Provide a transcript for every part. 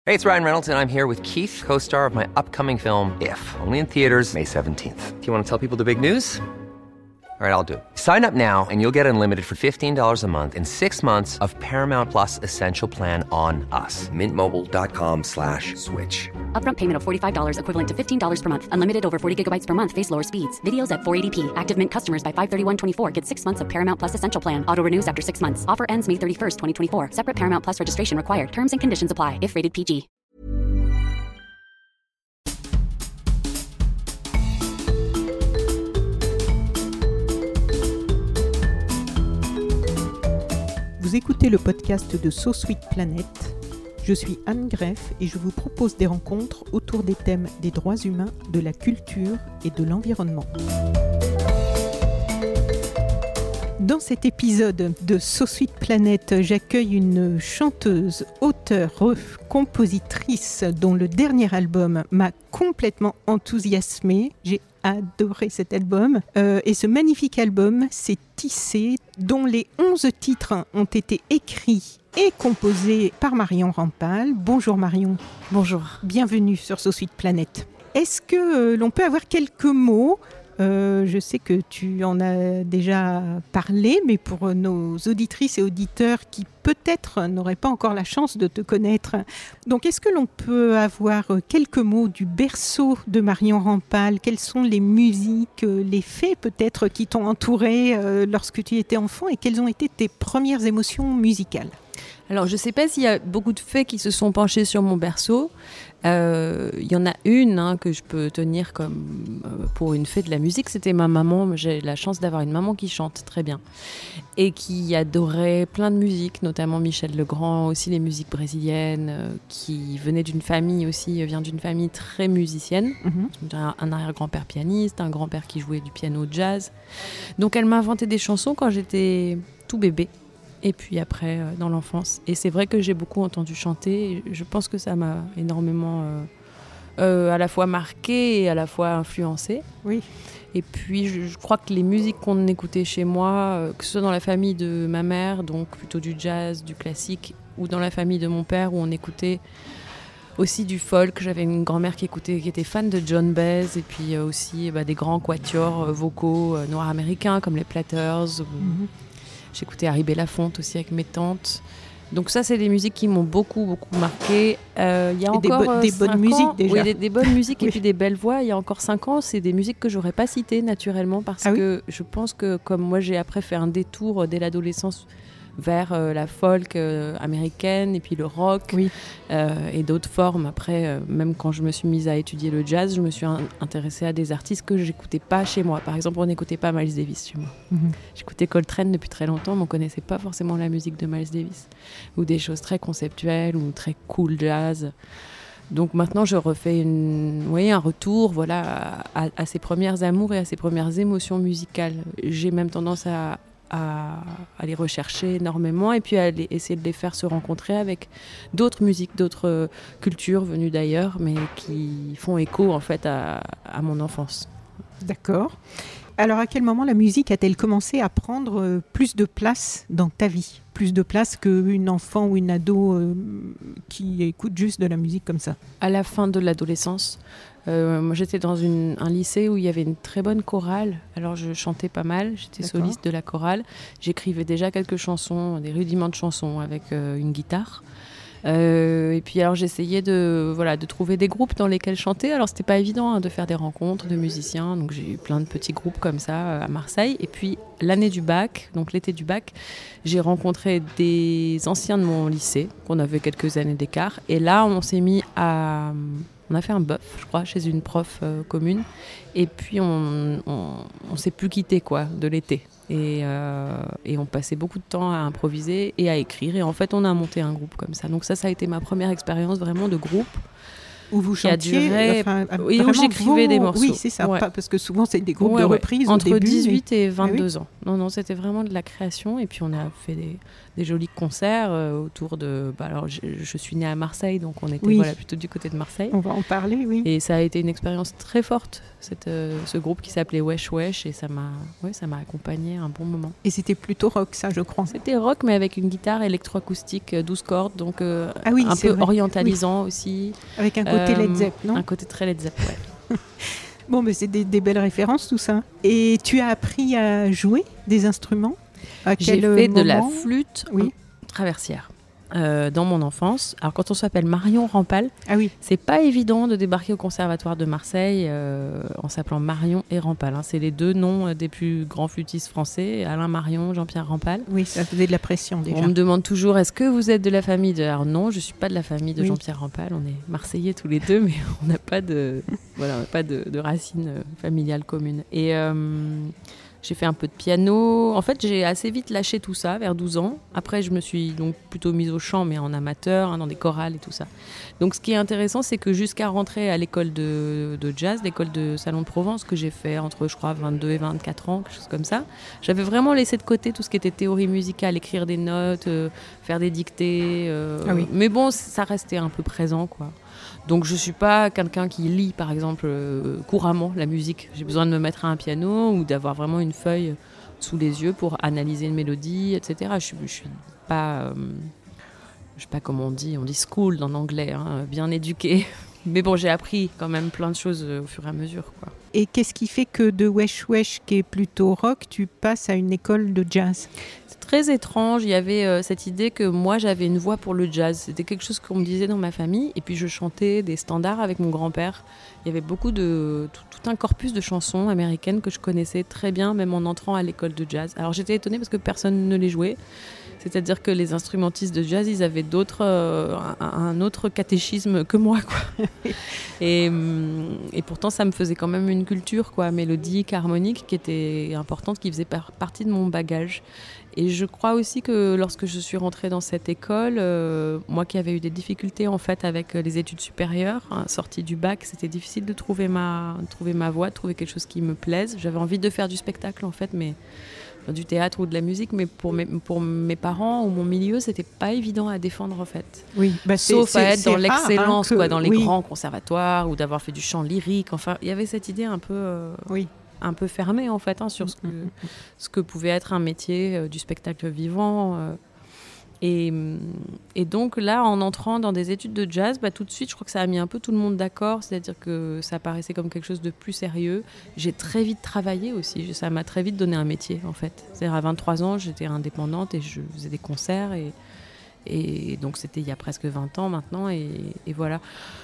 Hey, it's Ryan Reynolds, and I'm here with Keith, co-star of my upcoming film, If, only in theaters May 17th. Do you want to tell people the big news? All right, I'll do it. Sign up now and you'll get unlimited for $15 a month and 6 months of Paramount Plus Essential Plan on us. MintMobile.com/switch. Upfront payment of $45 equivalent to $15 per month. Unlimited over 40 gigabytes per month. Face lower speeds. Videos at 480p. Active Mint customers by 531.24 get 6 months of Paramount Plus Essential Plan. Auto renews after 6 months. Offer ends May 31st, 2024. Separate Paramount Plus registration required. Terms and conditions apply if rated PG. Vous écoutez le podcast de So Sweet Planet. Je suis Anne Greff et je vous propose des rencontres autour des thèmes des droits humains, de la culture et de l'environnement. Dans cet épisode de So Sweet Planet, j'accueille une chanteuse, auteure, compositrice dont le dernier album m'a complètement enthousiasmée. J'ai adoré cet album. Et ce magnifique album, c'est Tissé, dont les 11 titres ont été écrits et composés par Marion Rampal. Bonjour Marion. Bonjour. Bienvenue sur So Sweet Planet. Est-ce que l'on peut avoir quelques mots ? Je sais que tu en as déjà parlé, mais pour nos auditrices et auditeurs qui peut-être n'auraient pas encore la chance de te connaître, donc est-ce que l'on peut avoir quelques mots du berceau de Marion Rampal ? Quelles sont les musiques, les faits peut-être qui t'ont entouré lorsque tu étais enfant et quelles ont été tes premières émotions musicales ? Alors, je ne sais pas s'il y a beaucoup de faits qui se sont penchés sur mon berceau. Il y en a une que je peux tenir comme pour une fée de la musique. C'était ma maman. J'ai la chance d'avoir une maman qui chante très bien et qui adorait plein de musiques, notamment Michel Legrand, aussi les musiques brésiliennes, qui vient d'une famille très musicienne. Un arrière-grand-père pianiste, un grand-père qui jouait du piano jazz. Donc, elle m'a inventé des chansons quand j'étais tout bébé. Et puis après, dans l'enfance. Et c'est vrai que j'ai beaucoup entendu chanter. Et je pense que ça m'a énormément à la fois marquée et à la fois influencée. Oui. Et puis, je crois que les musiques qu'on écoutait chez moi, que ce soit dans la famille de ma mère, donc plutôt du jazz, du classique, ou dans la famille de mon père, où on écoutait aussi du folk. J'avais une grand-mère qui était fan de John Baez, et puis aussi des grands quatuors vocaux noirs américains, comme les Platters. J'écoutais Harry Belafonte aussi avec mes tantes. Donc ça, c'est des musiques qui m'ont beaucoup, beaucoup marquée. Il y a encore des bonnes musiques déjà. Oui, des bonnes musiques Oui. Et puis des belles voix. Il y a encore 5 ans, c'est des musiques que j'aurais pas citées naturellement parce que je pense que comme moi, j'ai après fait un détour dès l'adolescence vers la folk américaine et puis le rock et d'autres formes. Après, même quand je me suis mise à étudier le jazz, je me suis intéressée à des artistes que j'écoutais pas chez moi. Par exemple, on n'écoutait pas Miles Davis chez moi. J'écoutais Coltrane depuis très longtemps, mais on connaissait pas forcément la musique de Miles Davis ou des choses très conceptuelles ou très cool jazz. Donc maintenant, je refais un retour à ses premières amours et à ses premières émotions musicales. J'ai même tendance à les rechercher énormément et puis à essayer de les faire se rencontrer avec d'autres musiques, d'autres cultures venues d'ailleurs, mais qui font écho en fait à mon enfance. D'accord. Alors à quel moment la musique a-t-elle commencé à prendre plus de place dans ta vie ? Plus de place qu'une enfant ou une ado qui écoute juste de la musique comme ça ? À la fin de l'adolescence, moi j'étais dans un lycée où il y avait une très bonne chorale. Alors je chantais pas mal, j'étais soliste de la chorale. J'écrivais déjà quelques chansons, des rudiments de chansons avec une guitare. Et puis alors j'essayais de trouver des groupes dans lesquels chanter. Alors c'était pas évident de faire des rencontres de musiciens, donc j'ai eu plein de petits groupes comme ça à Marseille. Et puis l'année du bac, donc l'été du bac, j'ai rencontré des anciens de mon lycée, qu'on avait quelques années d'écart. Et là on a fait un bœuf, je crois, chez une prof commune. Et puis on s'est plus quitté de l'été. Et on passait beaucoup de temps à improviser et à écrire. Et en fait, on a monté un groupe comme ça. Donc ça a été ma première expérience vraiment de groupe. où vous chantiez, et où j'écrivais des morceaux. Oui, c'est ça, pas, parce que souvent c'est des groupes de reprises entre au début, 18 et 22 ans. Non, c'était vraiment de la création. Et puis on a fait des jolis concerts autour de... alors je suis née à Marseille, donc on était plutôt du côté de Marseille. On va en parler, oui. Et ça a été une expérience très forte, ce groupe qui s'appelait Wesh Wesh, et ça m'a accompagnée un bon moment. Et c'était plutôt rock, ça, je crois. C'était rock, mais avec une guitare électroacoustique 12 cordes, donc un peu vrai. orientalisant aussi. Avec un côté Led Zepp, non ? Un côté très Led Zepp, ouais. Bon, mais c'est des belles références, tout ça. Et tu as appris à jouer des instruments ? J'ai fait de la flûte traversière dans mon enfance. Alors quand on s'appelle Marion Rampal, c'est pas évident de débarquer au conservatoire de Marseille en s'appelant Marion et Rampal. C'est les deux noms des plus grands flûtistes français, Alain Marion, Jean-Pierre Rampal. Oui, ça faisait de la pression déjà. On me demande toujours, est-ce que vous êtes de la famille de... Alors non, je suis pas de la famille de Jean-Pierre Rampal. On est Marseillais tous les deux, mais on n'a pas de racines familiales communes. Et j'ai fait un peu de piano. En fait, j'ai assez vite lâché tout ça, vers 12 ans. Après, je me suis donc plutôt mise au chant, mais en amateur, dans des chorales et tout ça. Donc, ce qui est intéressant, c'est que jusqu'à rentrer à l'école de jazz, l'école de Salon de Provence, que j'ai fait entre, je crois, 22 et 24 ans, quelque chose comme ça, j'avais vraiment laissé de côté tout ce qui était théorie musicale, écrire des notes, faire des dictées. Mais bon, ça restait un peu présent, quoi. Donc je ne suis pas quelqu'un qui lit, par exemple, couramment la musique. J'ai besoin de me mettre à un piano ou d'avoir vraiment une feuille sous les yeux pour analyser une mélodie, etc. Je suis pas, je sais pas comment on dit school en anglais, bien éduquée. Mais bon, j'ai appris quand même plein de choses au fur et à mesure, quoi. Et qu'est-ce qui fait que de Wesh Wesh, qui est plutôt rock, tu passes à une école de jazz ? C'est très étrange. Il y avait cette idée que moi, j'avais une voix pour le jazz. C'était quelque chose qu'on me disait dans ma famille. Et puis, je chantais des standards avec mon grand-père. Il y avait beaucoup tout un corpus de chansons américaines que je connaissais très bien, même en entrant à l'école de jazz. Alors, j'étais étonnée parce que personne ne les jouait. C'est-à-dire que les instrumentistes de jazz, ils avaient un autre catéchisme que moi, quoi. Et pourtant, ça me faisait quand même une culture, quoi, mélodique, harmonique, qui était importante, qui faisait partie de mon bagage. Et je crois aussi que lorsque je suis rentrée dans cette école, moi qui avais eu des difficultés en fait avec les études supérieures, sortie du bac, c'était difficile de trouver ma voie, de trouver quelque chose qui me plaise. J'avais envie de faire du spectacle en fait, mais du théâtre ou de la musique, mais pour mes parents ou mon milieu, c'était pas évident à défendre en fait. Oui, sauf à être dans l'excellence, quoi, dans les grands conservatoires ou d'avoir fait du chant lyrique. Enfin, il y avait cette idée un peu, un peu fermée en fait, sur ce que pouvait être un métier du spectacle vivant. Et donc là, en entrant dans des études de jazz, tout de suite, je crois que ça a mis un peu tout le monde d'accord, c'est-à-dire que ça paraissait comme quelque chose de plus sérieux. J'ai très vite travaillé aussi, ça m'a très vite donné un métier en fait. C'est-à-dire à 23 ans, j'étais indépendante et je faisais des concerts et donc c'était il y a presque 20 ans maintenant et voilà.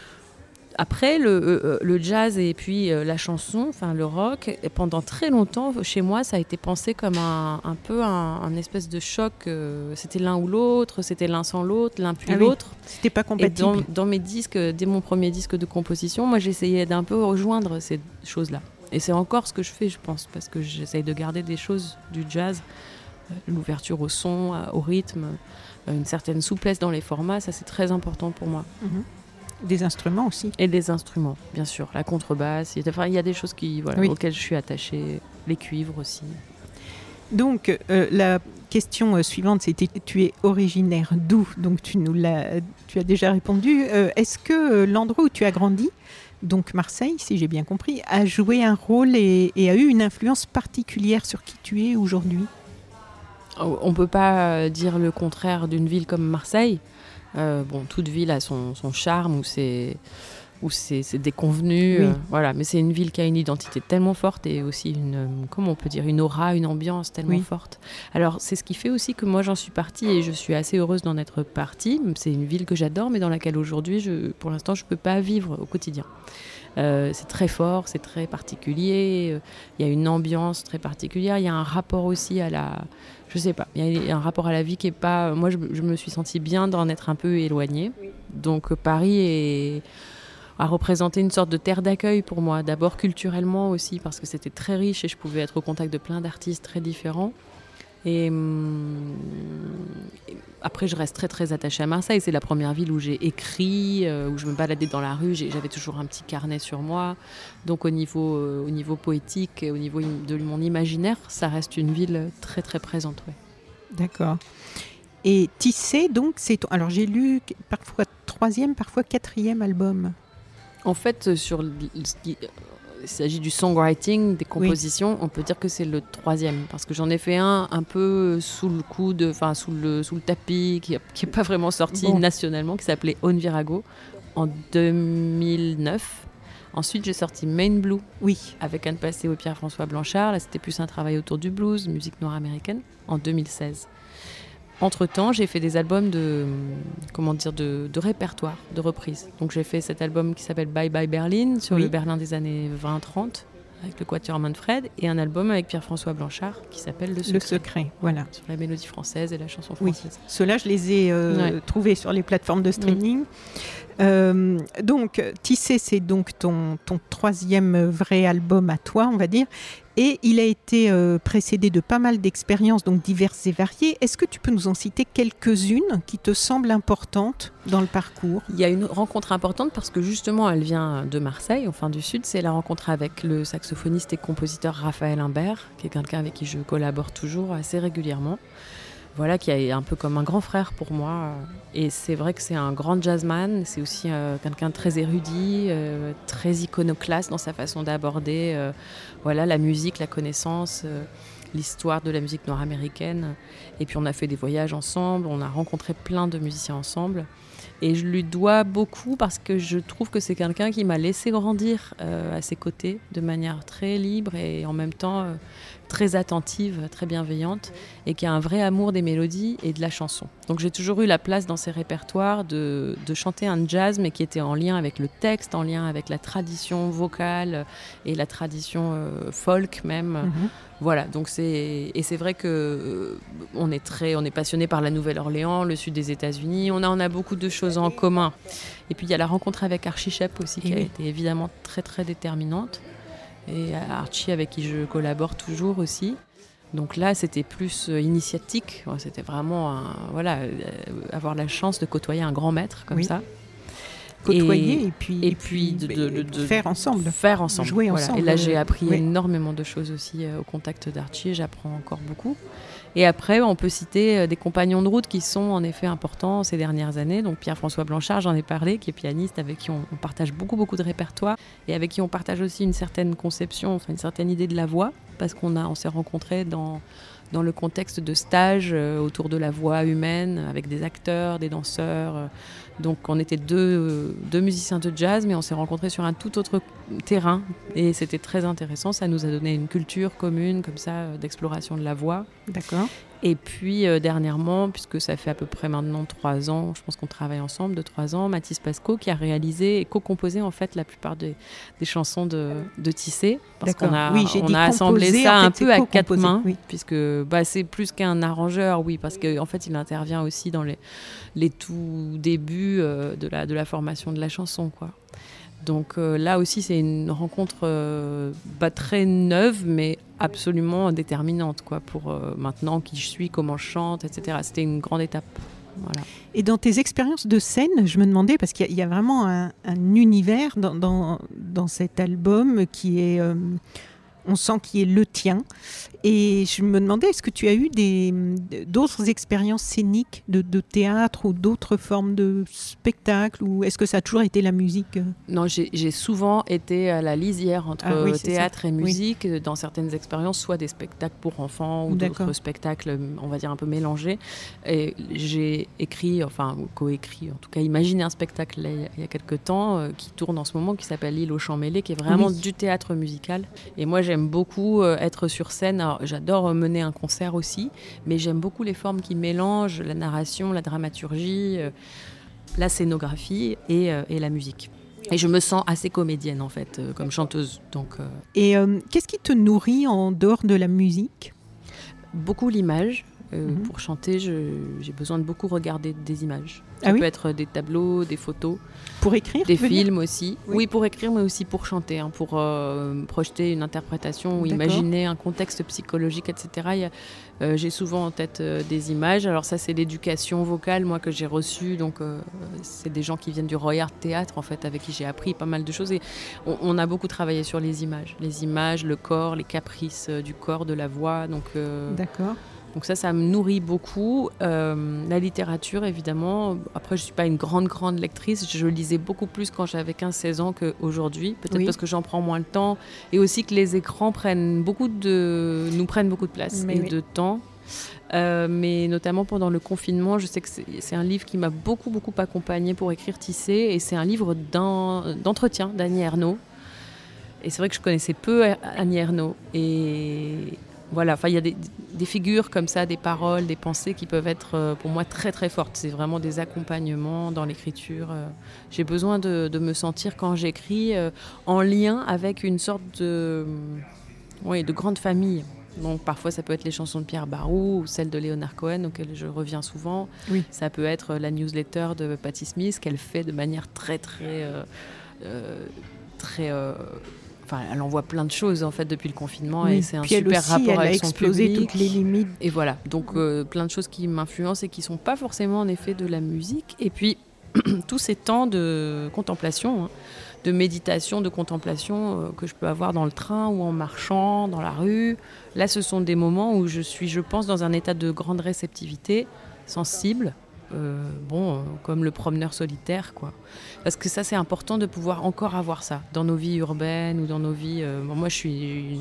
Après, le jazz et puis la chanson, enfin le rock, pendant très longtemps, chez moi, ça a été pensé comme un peu un espèce de choc. C'était l'un ou l'autre, c'était l'un sans l'autre, l'un puis l'autre. C'était pas compatible. Et dans mes disques, dès mon premier disque de composition, moi, j'essayais d'un peu rejoindre ces choses-là. Et c'est encore ce que je fais, je pense, parce que j'essaye de garder des choses du jazz, l'ouverture au son, au rythme, une certaine souplesse dans les formats, ça c'est très important pour moi. Des instruments aussi. Et des instruments, bien sûr. La contrebasse, il y a des choses auxquelles je suis attachée. Les cuivres aussi. Donc, la question suivante, c'était tu es originaire d'où ? Donc, tu as déjà répondu. Est-ce que l'endroit où tu as grandi, donc Marseille, si j'ai bien compris, a joué un rôle et a eu une influence particulière sur qui tu es aujourd'hui ? On ne peut pas dire le contraire d'une ville comme Marseille. Toute ville a son charme, où c'est déconvenu, voilà. Mais c'est une ville qui a une identité tellement forte et aussi comment on peut dire, une aura, une ambiance tellement forte. Alors c'est ce qui fait aussi que moi j'en suis partie et je suis assez heureuse d'en être partie. C'est une ville que j'adore, mais dans laquelle aujourd'hui, pour l'instant, je peux pas vivre au quotidien. C'est très fort, c'est très particulier. Il y a une ambiance très particulière. Il y a un rapport aussi à la... Je sais pas, il y a un rapport à la vie qui est pas... Moi, je me suis sentie bien d'en être un peu éloignée. Donc, Paris a représenté une sorte de terre d'accueil pour moi. D'abord culturellement aussi, parce que c'était très riche et je pouvais être au contact de plein d'artistes très différents. Et après, je reste très très attachée à Marseille. C'est la première ville où j'ai écrit, où je me baladais dans la rue. J'avais toujours un petit carnet sur moi. Donc au niveau poétique et au niveau de mon imaginaire, ça reste une ville très très présente. Ouais. D'accord. Et Tissé, donc, alors j'ai lu parfois 3e, parfois 4e album. En fait, il s'agit du songwriting, des compositions, on peut dire que c'est le 3e, parce que j'en ai fait un peu sous le coude, enfin sous le tapis, qui n'est pas vraiment sorti nationalement, qui s'appelait On Virago, en 2009. Ensuite, j'ai sorti Main Blue, avec Anne Passé et Pierre-François Blanchard. Là, c'était plus un travail autour du blues, musique noire américaine, en 2016. Entre-temps, j'ai fait des albums de répertoire, de reprise. Donc j'ai fait cet album qui s'appelle Bye Bye Berlin, sur le Berlin des années 20-30, avec le Quatuor Manfred, et un album avec Pierre-François Blanchard qui s'appelle Le Secret. Voilà. Sur la mélodie française et la chanson française. Ceux-là, je les ai trouvés sur les plateformes de streaming. Donc, Tissé, c'est donc ton 3e vrai album à toi, on va dire. Et il a été précédé de pas mal d'expériences, donc diverses et variées. Est-ce que tu peux nous en citer quelques-unes qui te semblent importantes dans le parcours ? Il y a une rencontre importante parce que justement, elle vient de Marseille, enfin du Sud. C'est la rencontre avec le saxophoniste et compositeur Raphaël Imbert, qui est quelqu'un avec qui je collabore toujours assez régulièrement. Voilà, qui est un peu comme un grand frère pour moi. Et c'est vrai que c'est un grand jazzman. C'est aussi quelqu'un de très érudit, très iconoclaste dans sa façon d'aborder la musique, la connaissance, l'histoire de la musique nord-américaine. Et puis on a fait des voyages ensemble, on a rencontré plein de musiciens ensemble. Et je lui dois beaucoup parce que je trouve que c'est quelqu'un qui m'a laissé grandir à ses côtés de manière très libre et en même temps très attentive, très bienveillante, et qui a un vrai amour des mélodies et de la chanson. Donc j'ai toujours eu la place dans ses répertoires de chanter un jazz, mais qui était en lien avec le texte, en lien avec la tradition vocale et la tradition folk même. Mm-hmm. Voilà, donc c'est vrai que on est passionné par la Nouvelle-Orléans, le sud des États-Unis. On a beaucoup de choses en commun. Et puis il y a la rencontre avec Archie Shepp aussi, qui a été évidemment très très déterminante. Et Archie, avec qui je collabore toujours aussi. Donc là, c'était plus initiatique. C'était vraiment avoir la chance de côtoyer un grand maître comme ça. Côtoyer et puis de faire ensemble. Jouer ensemble. Et là, j'ai appris énormément de choses aussi au contact d'Archie. J'apprends encore beaucoup. Et après, on peut citer des compagnons de route qui sont en effet importants ces dernières années. Donc Pierre-François Blanchard, j'en ai parlé, qui est pianiste, avec qui on partage beaucoup de répertoires et avec qui on partage aussi une certaine conception, une certaine idée de la voix, parce qu'on s'est rencontrés dans le contexte de stages autour de la voix humaine, avec des acteurs, des danseurs. Donc on était deux musiciens de jazz, mais on s'est rencontrés sur un tout autre terrain. Et c'était très intéressant, ça nous a donné une culture commune, comme ça, d'exploration de la voix. D'accord. Et puis dernièrement, puisque ça fait à peu près maintenant 3 ans, je pense qu'on travaille ensemble, 3 ans, Mathis Pasco, qui a réalisé et co-composé en fait la plupart des chansons de Tissé. Parce qu'on a assemblé ça un peu à 4 mains, puisque c'est plus qu'un arrangeur, parce qu'en fait il intervient aussi dans les tout débuts de la formation de la chanson, quoi. Donc là aussi, c'est une rencontre très neuve, mais absolument déterminante, quoi, pour maintenant qui je suis, comment je chante, etc. C'était une grande étape. Voilà. Et dans tes expériences de scène, je me demandais, parce qu'il y a vraiment un univers dans cet album qui est... on sent qu'il est le tien. Et je me demandais, est-ce que tu as eu d'autres expériences scéniques de théâtre ou d'autres formes de spectacle, ou est-ce que ça a toujours été la musique ? Non, j'ai souvent été à la lisière entre théâtre et musique, dans certaines expériences, soit des spectacles pour enfants ou d'autres spectacles, on va dire, un peu mélangés. Et j'ai écrit, coécrit, en tout cas imaginé un spectacle il y a quelques temps qui tourne en ce moment, qui s'appelle L'île aux champs mêlés, qui est vraiment du théâtre musical. Et moi, j'aime beaucoup être sur scène. Alors, j'adore mener un concert aussi, mais j'aime beaucoup les formes qui mélangent la narration, la dramaturgie, la scénographie et la musique. Et je me sens assez comédienne, en fait, comme chanteuse. Donc, Et qu'est-ce qui te nourrit en dehors de la musique ? Beaucoup l'image. Pour chanter, j'ai besoin de beaucoup regarder des images. Ça peut être des tableaux, des photos. Pour écrire, des films aussi. Oui, pour écrire, mais aussi pour chanter, pour projeter une interprétation ou imaginer un contexte psychologique, etc. J'ai souvent en tête des images. Alors ça, c'est l'éducation vocale, moi, que j'ai reçue. Donc, c'est des gens qui viennent du Royal Théâtre, en fait, avec qui j'ai appris pas mal de choses. Et on a beaucoup travaillé sur les images. Les images, le corps, les caprices du corps, de la voix. Donc, d'accord. Donc ça me nourrit beaucoup. La littérature, évidemment. Après, je ne suis pas une grande lectrice. Je lisais beaucoup plus quand j'avais 15-16 ans qu'aujourd'hui. Peut-être parce que j'en prends moins le temps. Et aussi que les écrans nous prennent beaucoup de place de temps. Mais notamment pendant le confinement, je sais que c'est un livre qui m'a beaucoup accompagnée pour écrire Tisser. Et c'est un livre d'entretien d'Annie Ernaux. Et c'est vrai que je connaissais peu Annie Ernaux. Et... voilà, il y a des figures comme ça, des paroles, des pensées qui peuvent être pour moi très très fortes. C'est vraiment des accompagnements dans l'écriture. J'ai besoin de me sentir quand j'écris en lien avec une sorte de grande famille. Donc parfois ça peut être les chansons de Pierre Barou ou celles de Leonard Cohen auxquelles je reviens souvent. Oui. Ça peut être la newsletter de Patti Smith qu'elle fait de manière très elle envoie plein de choses en fait depuis le confinement et c'est un super rapport avec son public. Elle a explosé toutes les limites. Et voilà, donc plein de choses qui m'influencent et qui sont pas forcément en effet de la musique. Et puis tous ces temps de contemplation, de méditation, de contemplation que je peux avoir dans le train ou en marchant dans la rue. Là, ce sont des moments où je suis, je pense, dans un état de grande réceptivité, sensible. Comme le promeneur solitaire, quoi. Parce que ça, c'est important de pouvoir encore avoir ça dans nos vies urbaines ou dans nos vies... moi, je suis...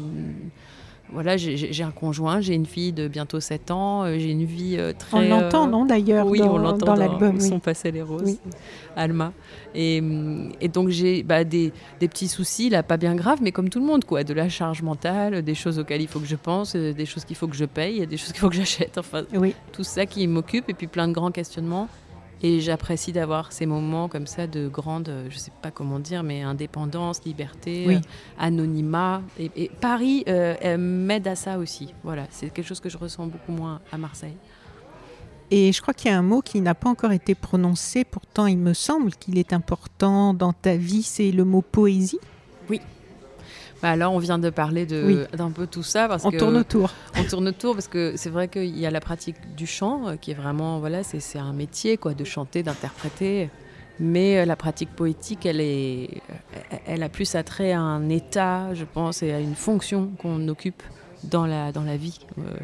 j'ai un conjoint, j'ai une fille de bientôt 7 ans, j'ai une vie très... On l'entend, non, d'ailleurs, oui, on l'entend dans l'album. Où sont passées les roses, Alma. Et donc, j'ai des petits soucis, là, pas bien graves, mais comme tout le monde, quoi. De la charge mentale, des choses auxquelles il faut que je pense, des choses qu'il faut que je paye, des choses qu'il faut que j'achète. Enfin, tout ça qui m'occupe, et puis plein de grands questionnements. Et j'apprécie d'avoir ces moments comme ça de grande, je ne sais pas comment dire, mais indépendance, liberté, anonymat. Et Paris m'aide à ça aussi. Voilà, c'est quelque chose que je ressens beaucoup moins à Marseille. Et je crois qu'il y a un mot qui n'a pas encore été prononcé, pourtant il me semble qu'il est important dans ta vie, c'est le mot poésie. Oui. Là, on vient de parler d'un peu tout ça. On tourne autour parce que c'est vrai qu'il y a la pratique du chant qui est vraiment, c'est un métier, quoi, de chanter, d'interpréter. Mais la pratique poétique, elle a plus attrait à un état, je pense, et à une fonction qu'on occupe dans la vie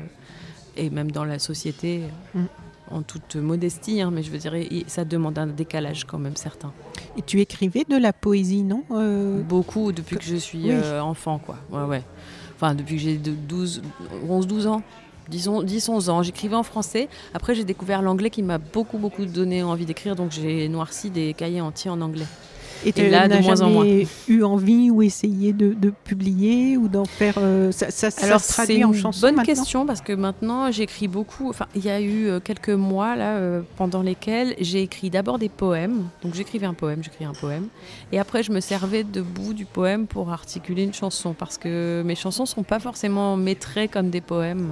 et même dans la société. En toute modestie, mais je veux dire, ça demande un décalage quand même certain. Et tu écrivais de la poésie, non Beaucoup, depuis que je suis enfant, quoi. Ouais. Enfin, depuis que j'ai 11-12 ans, 10-11 ans. J'écrivais en français. Après, j'ai découvert l'anglais qui m'a beaucoup donné envie d'écrire, donc j'ai noirci des cahiers entiers en anglais. Et tu n'as jamais eu envie ou essayé de publier ou d'en faire ça se traduit en chanson? C'est une bonne question parce que maintenant j'écris beaucoup. Enfin, il y a eu quelques mois là pendant lesquels j'ai écrit d'abord des poèmes. Donc j'écrivais un poème, et après je me servais de bout du poème pour articuler une chanson parce que mes chansons sont pas forcément métrées comme des poèmes.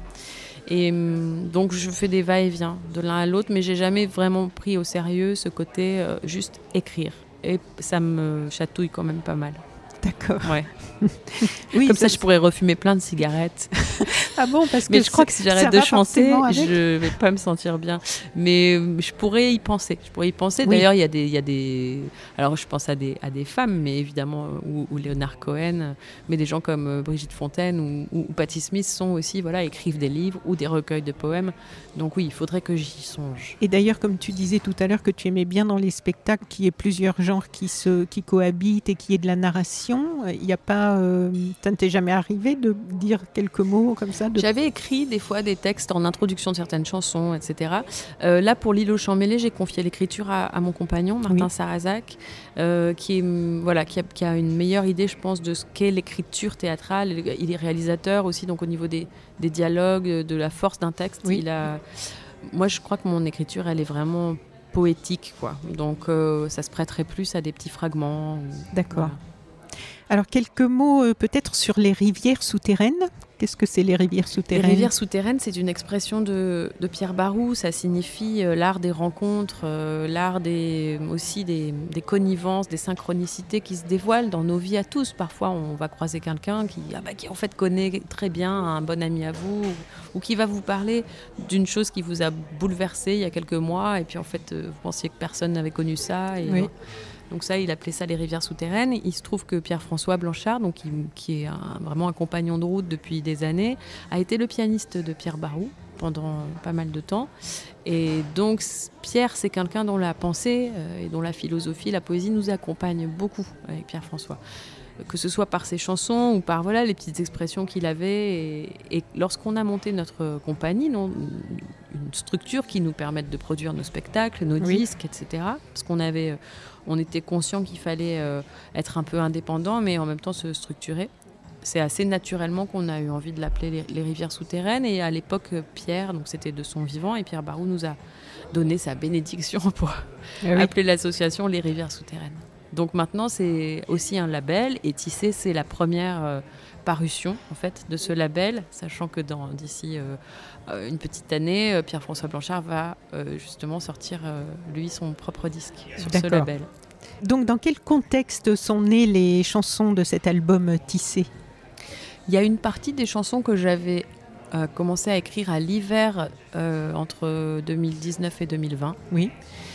Et donc je fais des va-et-vient de l'un à l'autre, mais j'ai jamais vraiment pris au sérieux ce côté juste écrire. Et ça me chatouille quand même pas mal. D'accord. Ouais. Oui, comme ça, je pourrais refumer plein de cigarettes. Ah bon, parce mais je crois que si j'arrête de chanter, je vais pas me sentir bien. Mais je pourrais y penser. Oui. D'ailleurs, il y a des. Alors, je pense à des femmes, mais évidemment, ou Leonard Cohen, mais des gens comme Brigitte Fontaine ou Patti Smith sont aussi, écrivent des livres ou des recueils de poèmes. Donc oui, il faudrait que j'y songe. Et d'ailleurs, comme tu disais tout à l'heure que tu aimais bien dans les spectacles qu'il y ait plusieurs genres qui cohabitent et qu'il y ait de la narration, il n'y a pas... ça ne t'est jamais arrivé de dire quelques mots comme ça J'avais écrit des fois des textes en introduction de certaines chansons, etc. Là, pour L'île aux champs mêlés, j'ai confié l'écriture à mon compagnon, Martin Sarrazac, qui a une meilleure idée, je pense, de ce qu'est l'écriture théâtrale. Il est réalisateur aussi, donc au niveau des dialogues, de la force d'un texte. Oui. Moi, je crois que mon écriture, elle est vraiment poétique, quoi. Donc, ça se prêterait plus à des petits fragments. D'accord. Voilà. Alors, quelques mots peut-être sur les rivières souterraines. Qu'est-ce que c'est les rivières souterraines ? Les rivières souterraines, c'est une expression de Pierre Barroux. Ça signifie l'art des rencontres, l'art aussi des connivences, des synchronicités qui se dévoilent dans nos vies à tous. Parfois, on va croiser quelqu'un qui en fait connaît très bien un bon ami à vous, ou qui va vous parler d'une chose qui vous a bouleversé il y a quelques mois, et puis en fait, vous pensiez que personne n'avait connu ça. Et, oui. Donc ça, il appelait ça les rivières souterraines. Il se trouve que Pierre-François Blanchard, donc qui est vraiment un compagnon de route depuis des années, a été le pianiste de Pierre Barroux pendant pas mal de temps. Et donc Pierre, c'est quelqu'un dont la pensée et dont la philosophie, la poésie nous accompagne beaucoup avec Pierre-François. Que ce soit par ses chansons ou par les petites expressions qu'il avait. Et lorsqu'on a monté notre compagnie, une structure qui nous permette de produire nos spectacles, nos disques, etc. Parce on était conscient qu'il fallait être un peu indépendant, mais en même temps se structurer. C'est assez naturellement qu'on a eu envie de l'appeler les rivières souterraines. Et à l'époque, Pierre, donc c'était de son vivant, et Pierre Barroux nous a donné sa bénédiction pour appeler l'association les rivières souterraines. Donc maintenant, c'est aussi un label, et Tissé, c'est la première parution en fait de ce label, sachant que d'ici une petite année, Pierre-François Blanchard va justement sortir lui son propre disque sur ce label. Donc dans quel contexte sont nées les chansons de cet album Tissé ? Il y a une partie des chansons que j'avais commencé à écrire à l'hiver entre 2019 et 2020. Oui.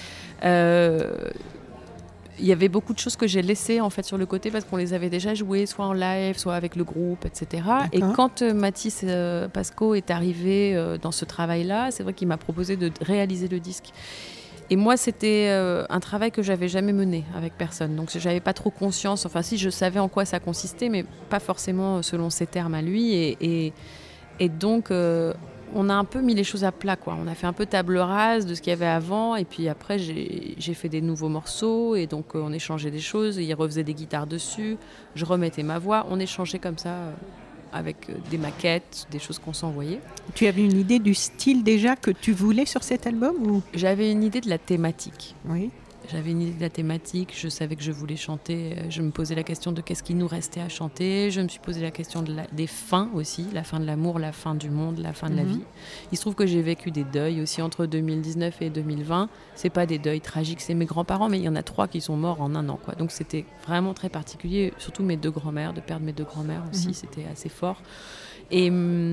Il y avait beaucoup de choses que j'ai laissées en fait sur le côté parce qu'on les avait déjà jouées, soit en live, soit avec le groupe, etc. D'accord. Et quand Mathis Pasco est arrivé dans ce travail-là, c'est vrai qu'il m'a proposé de réaliser le disque. Et moi, c'était un travail que j'avais jamais mené avec personne. Donc, j'avais pas trop conscience. Enfin, si, je savais en quoi ça consistait, mais pas forcément selon ses termes à lui. Et donc, on a un peu mis les choses à plat, quoi. On a fait un peu table rase de ce qu'il y avait avant. Et puis après, j'ai fait des nouveaux morceaux. Et donc, on échangeait des choses. Il refaisait des guitares dessus. Je remettais ma voix. On échangeait comme ça avec des maquettes, des choses qu'on s'envoyait. Tu avais une idée du style déjà que tu voulais sur cet album ou... J'avais une idée de la thématique. Oui. J'avais une idée de la thématique, je savais que je voulais chanter, je me posais la question de qu'est-ce qui nous restait à chanter, je me suis posé la question des fins aussi, la fin de l'amour, la fin du monde, la fin de la vie. Il se trouve que j'ai vécu des deuils aussi entre 2019 et 2020. C'est pas des deuils tragiques, c'est mes grands-parents, mais il y en a 3 qui sont morts en 1 an, quoi. Donc c'était vraiment très particulier, surtout mes 2 grands-mères, de perdre mes 2 grands-mères aussi, c'était assez fort. Et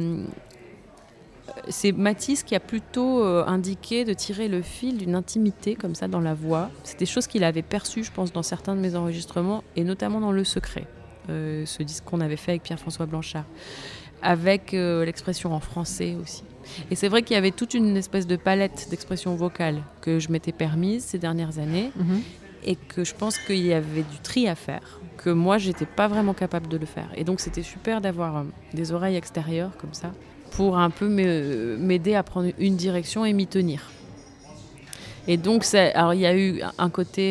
c'est Mathis qui a plutôt indiqué de tirer le fil d'une intimité comme ça dans la voix. C'est des choses qu'il avait perçues, je pense, dans certains de mes enregistrements, et notamment dans Le Secret, ce disque qu'on avait fait avec Pierre-François Blanchard, avec l'expression en français aussi. Et c'est vrai qu'il y avait toute une espèce de palette d'expression vocale que je m'étais permise ces dernières années, et que je pense qu'il y avait du tri à faire, que moi, j'étais pas vraiment capable de le faire. Et donc, c'était super d'avoir des oreilles extérieures comme ça, pour un peu m'aider à prendre une direction et m'y tenir. Et donc, alors il y a eu un côté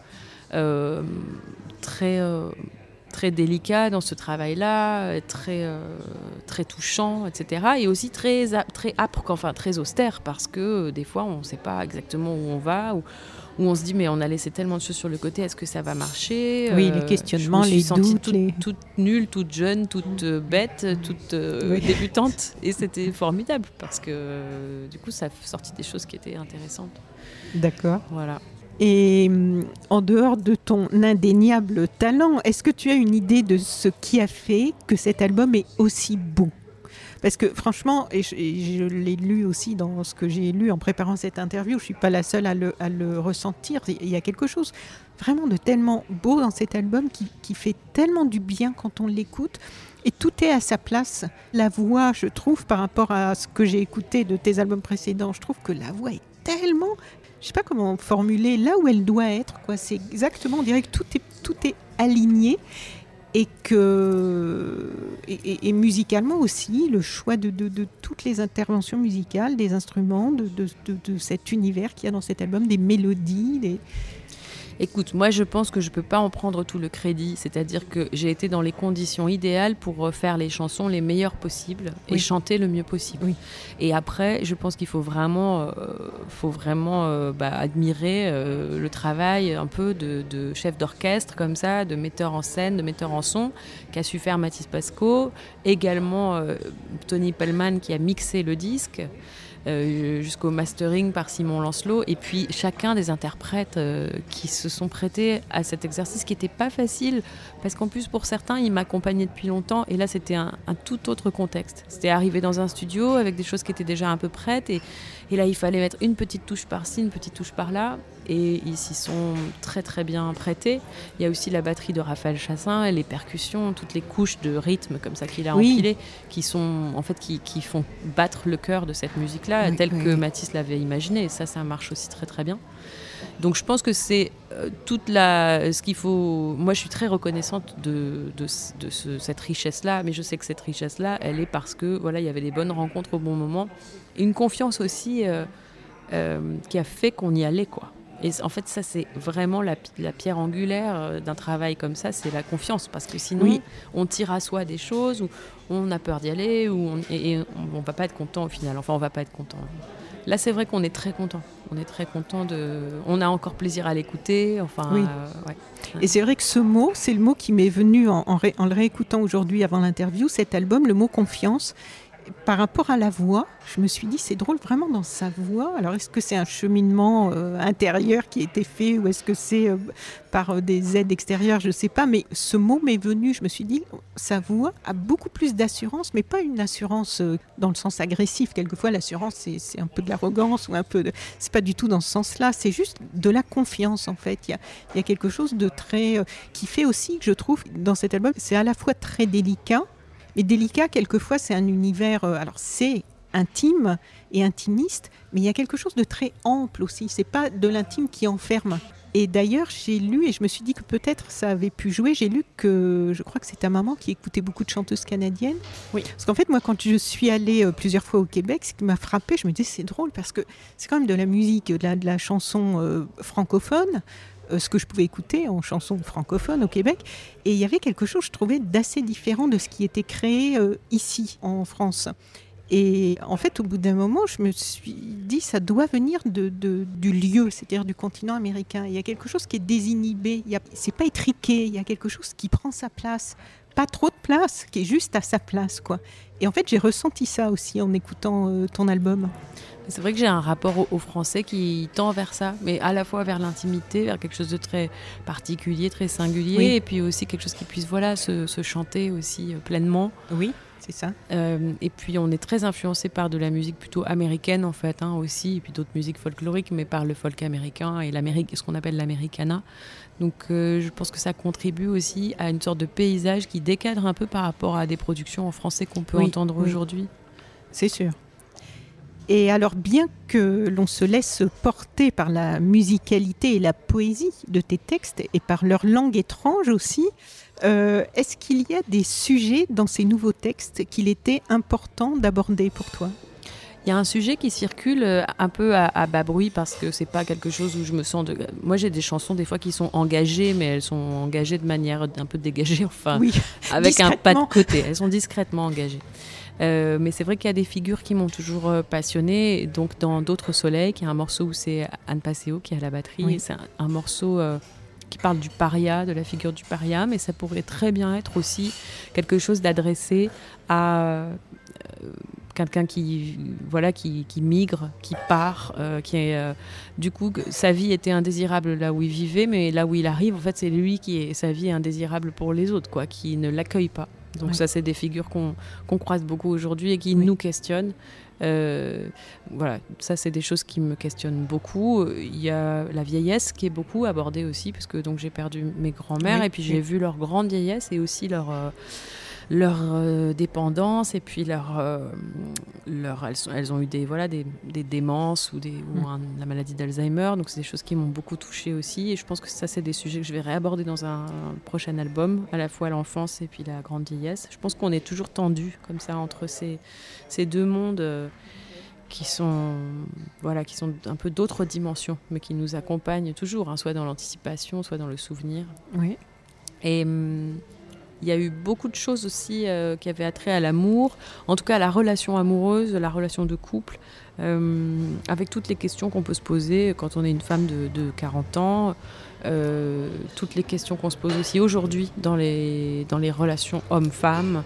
très délicat dans ce travail-là, très touchant, etc. Et aussi très âpre, enfin très austère, parce que des fois, on ne sait pas exactement où on va, où on se dit mais on a laissé tellement de choses sur le côté, est-ce que ça va marcher ? Oui, les questionnements, les doutes. Toute nulle, toute jeune, toute bête, toute débutante. Et c'était formidable parce que du coup, ça a sorti des choses qui étaient intéressantes. D'accord. Voilà. Et en dehors de ton indéniable talent, est-ce que tu as une idée de ce qui a fait que cet album est aussi beau ? Parce que franchement, et je l'ai lu aussi dans ce que j'ai lu en préparant cette interview, je ne suis pas la seule à le ressentir. Il y a quelque chose vraiment de tellement beau dans cet album qui fait tellement du bien quand on l'écoute. Et tout est à sa place. La voix, je trouve, par rapport à ce que j'ai écouté de tes albums précédents, je trouve que la voix est tellement... Je ne sais pas comment formuler, là où elle doit être, quoi. C'est exactement, on dirait que tout est aligné. Et musicalement aussi, le choix de toutes les interventions musicales, des instruments, de cet univers qu'il y a dans cet album, des mélodies. Écoute, moi je pense que je peux pas en prendre tout le crédit, c'est-à-dire que j'ai été dans les conditions idéales pour faire les chansons les meilleures possibles et chanter le mieux possible. Oui. Et après, je pense qu'il faut vraiment admirer le travail un peu de chef d'orchestre comme ça, de metteur en scène, de metteur en son, qu'a su faire Mathis Pasco, également Tony Pellman qui a mixé le disque. Jusqu'au mastering par Simon Lancelot, et puis chacun des interprètes qui se sont prêtés à cet exercice qui n'était pas facile, parce qu'en plus pour certains ils m'accompagnaient depuis longtemps, et là c'était un tout autre contexte. C'était arriver dans un studio avec des choses qui étaient déjà un peu prêtes, et là il fallait mettre une petite touche par-ci, une petite touche par-là, et ils s'y sont très très bien prêtés. Il y a aussi la batterie de Raphaël Chassin, et les percussions, toutes les couches de rythme comme ça qu'il a empilées, qui sont en fait qui font battre le cœur de cette musique-là, telle que Mathis l'avait imaginée, et ça marche aussi très très bien. Donc je pense que c'est ce qu'il faut. Moi je suis très reconnaissante de cette richesse-là, mais je sais que cette richesse-là, elle est parce que voilà, il y avait des bonnes rencontres au bon moment, et une confiance aussi qui a fait qu'on y allait, quoi. Et en fait, ça, c'est vraiment la pierre angulaire d'un travail comme ça, c'est la confiance. Parce que sinon, on tire à soi des choses, ou on a peur d'y aller, et on va pas être content au final. Enfin, on va pas être content. Là, c'est vrai qu'on est très content. On a encore plaisir à l'écouter. Enfin, Et c'est vrai que ce mot, c'est le mot qui m'est venu en le réécoutant aujourd'hui avant l'interview, cet album, le mot confiance. Par rapport à la voix, je me suis dit, c'est drôle vraiment dans sa voix. Alors, est-ce que c'est un cheminement intérieur qui a été fait, ou est-ce que c'est par des aides extérieures, je ne sais pas. Mais ce mot m'est venu, je me suis dit, sa voix a beaucoup plus d'assurance, mais pas une assurance dans le sens agressif. Quelquefois, l'assurance, c'est un peu de l'arrogance, ou un peu de... C'est pas du tout dans ce sens-là, c'est juste de la confiance, en fait. Il y a quelque chose de très... qui fait aussi, que je trouve, dans cet album, c'est à la fois très délicat, mais délicat, quelquefois, c'est un univers... alors, c'est intime et intimiste, mais il y a quelque chose de très ample aussi. C'est pas de l'intime qui enferme. Et d'ailleurs, j'ai lu, et je me suis dit que peut-être ça avait pu jouer, j'ai lu que, je crois que c'est ta maman qui écoutait beaucoup de chanteuses canadiennes. Oui. Parce qu'en fait, moi, quand je suis allée plusieurs fois au Québec, ce qui m'a frappée, je me disais, c'est drôle, parce que c'est quand même de la musique, de la chanson francophone, ce que je pouvais écouter en chanson francophone au Québec. Et il y avait quelque chose, je trouvais, d'assez différent de ce qui était créé ici, en France. Et en fait, au bout d'un moment, je me suis dit, ça doit venir du lieu, c'est-à-dire du continent américain. Il y a quelque chose qui est désinhibé, c'est pas étriqué, il y a quelque chose qui prend sa place. Pas trop de place, qui est juste à sa place, quoi. Et en fait, j'ai ressenti ça aussi en écoutant ton album. C'est vrai que j'ai un rapport au français qui tend vers ça, mais à la fois vers l'intimité, vers quelque chose de très particulier, très singulier, et puis aussi quelque chose qui puisse se chanter aussi pleinement. Oui, c'est ça. Et puis on est très influencé par de la musique plutôt américaine en fait, aussi, et puis d'autres musiques folkloriques, mais par le folk américain et ce qu'on appelle l'americana. Donc je pense que ça contribue aussi à une sorte de paysage qui décadre un peu par rapport à des productions en français qu'on peut entendre aujourd'hui. C'est sûr. Et alors, bien que l'on se laisse porter par la musicalité et la poésie de tes textes, et par leur langue étrange aussi, est-ce qu'il y a des sujets dans ces nouveaux textes qu'il était important d'aborder pour toi ? Il y a un sujet qui circule un peu à bas bruit, parce que c'est pas quelque chose où je me sens... Moi, j'ai des chansons des fois qui sont engagées, mais elles sont engagées de manière un peu dégagée, avec un pas de côté. Elles sont discrètement engagées. Mais c'est vrai qu'il y a des figures qui m'ont toujours passionnée. Donc dans D'autres soleils, qui est un morceau où c'est Anne Passeo qui est à la batterie, et c'est un morceau qui parle du paria, de la figure du paria, mais ça pourrait très bien être aussi quelque chose d'adressé à quelqu'un qui migre, qui part, qui est du coup sa vie était indésirable là où il vivait, mais là où il arrive, en fait, c'est lui sa vie est indésirable pour les autres, quoi, qui ne l'accueillent pas. Donc ça, c'est des figures qu'on croise beaucoup aujourd'hui et qui nous questionnent. Ça, c'est des choses qui me questionnent beaucoup. Il y a la vieillesse qui est beaucoup abordée aussi, parce que donc j'ai perdu mes grands-mères, et puis j'ai vu leur grande vieillesse et aussi leur dépendance, et puis elles ont eu des démences ou la maladie d'Alzheimer, donc c'est des choses qui m'ont beaucoup touchée aussi, et je pense que ça, c'est des sujets que je vais réaborder dans un prochain album, à la fois l'enfance et puis la grande vieillesse. Je pense qu'on est toujours tendu comme ça entre ces deux mondes qui sont un peu d'autres dimensions, mais qui nous accompagnent toujours, soit dans l'anticipation, soit dans le souvenir. Oui. Et il y a eu beaucoup de choses aussi qui avaient attrait à l'amour, en tout cas à la relation amoureuse, la relation de couple, avec toutes les questions qu'on peut se poser quand on est une femme de 40 ans, toutes les questions qu'on se pose aussi aujourd'hui dans les relations hommes-femmes.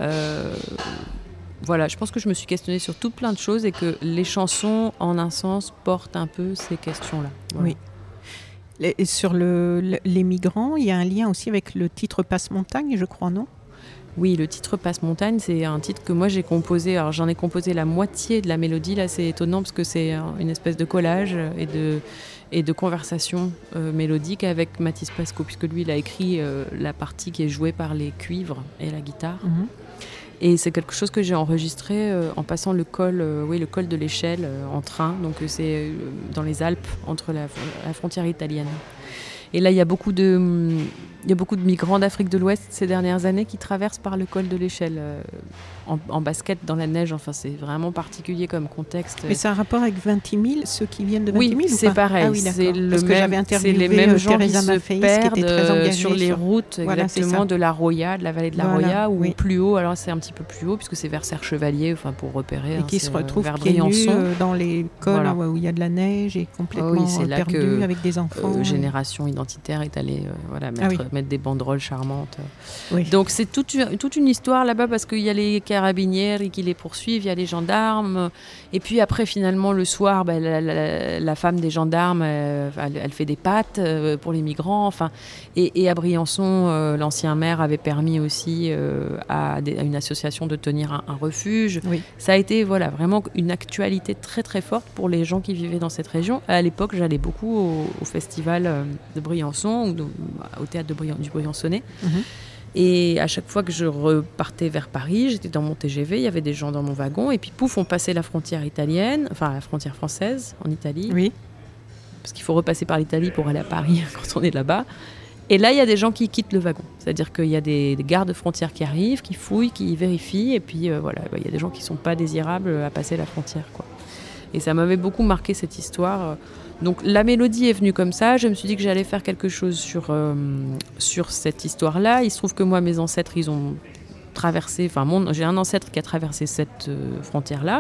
Voilà, je pense que je me suis questionnée sur tout plein de choses et que les chansons, en un sens, portent un peu ces questions-là. Voilà. Oui. Et sur les migrants, il y a un lien aussi avec le titre Passe-Montagne, je crois, non ? Oui, le titre Passe-Montagne, c'est un titre que moi j'ai composé. Alors j'en ai composé la moitié de la mélodie. Là, c'est étonnant parce que c'est une espèce de collage et de conversation mélodique avec Mathis Pasco, puisque lui, il a écrit la partie qui est jouée par les cuivres et la guitare. Et c'est quelque chose que j'ai enregistré en passant le col de l'Échelle en train. Donc c'est dans les Alpes, entre la frontière italienne. Et là, il y a beaucoup de migrants d'Afrique de l'Ouest ces dernières années qui traversent par le col de l'Échelle en basket dans la neige. Enfin, c'est vraiment particulier comme contexte. Mais c'est un rapport avec Vintimille, ceux qui viennent de Vintimille? Oui, c'est pareil. Ah oui, parce que j'avais interviewé c'est les mêmes gens Teresa qui se Maffei, perdent qui était très engagée sur les routes exactement de la Roya, de la vallée de la Roya, ou plus haut. Alors c'est un petit peu plus haut puisque c'est vers Serre-Chevalier, enfin pour repérer. Et qui se retrouvent vers pieds nus Briançon dans les cols où il y a de la neige et complètement perdus avec des enfants. Génération Identitaire est allée mettre des banderoles charmantes. Oui. Donc c'est toute une histoire là-bas parce qu'il y a les carabinieri qui les poursuivent, il y a les gendarmes. Et puis après, finalement, le soir, la femme des gendarmes, elle fait des pâtes pour les migrants. Enfin, et à Briançon, l'ancien maire avait permis aussi à une association de tenir un refuge. Oui. Ça a été vraiment une actualité très très forte pour les gens qui vivaient dans cette région. À l'époque, j'allais beaucoup au festival de Briançon, au théâtre du Briançonnais. Et à chaque fois que je repartais vers Paris, j'étais dans mon TGV, il y avait des gens dans mon wagon, et puis pouf, on passait la frontière italienne, enfin la frontière française en Italie. Oui. Parce qu'il faut repasser par l'Italie pour aller à Paris quand on est là-bas. Et là, il y a des gens qui quittent le wagon. C'est-à-dire qu'il y a des gardes frontières qui arrivent, qui fouillent, qui vérifient, et puis il y a des gens qui ne sont pas désirables à passer la frontière, quoi. Et ça m'avait beaucoup marqué cette histoire. Donc la mélodie est venue comme ça, je me suis dit que j'allais faire quelque chose sur cette histoire-là. Il se trouve que moi, mes ancêtres, ils ont traversé, j'ai un ancêtre qui a traversé cette frontière-là,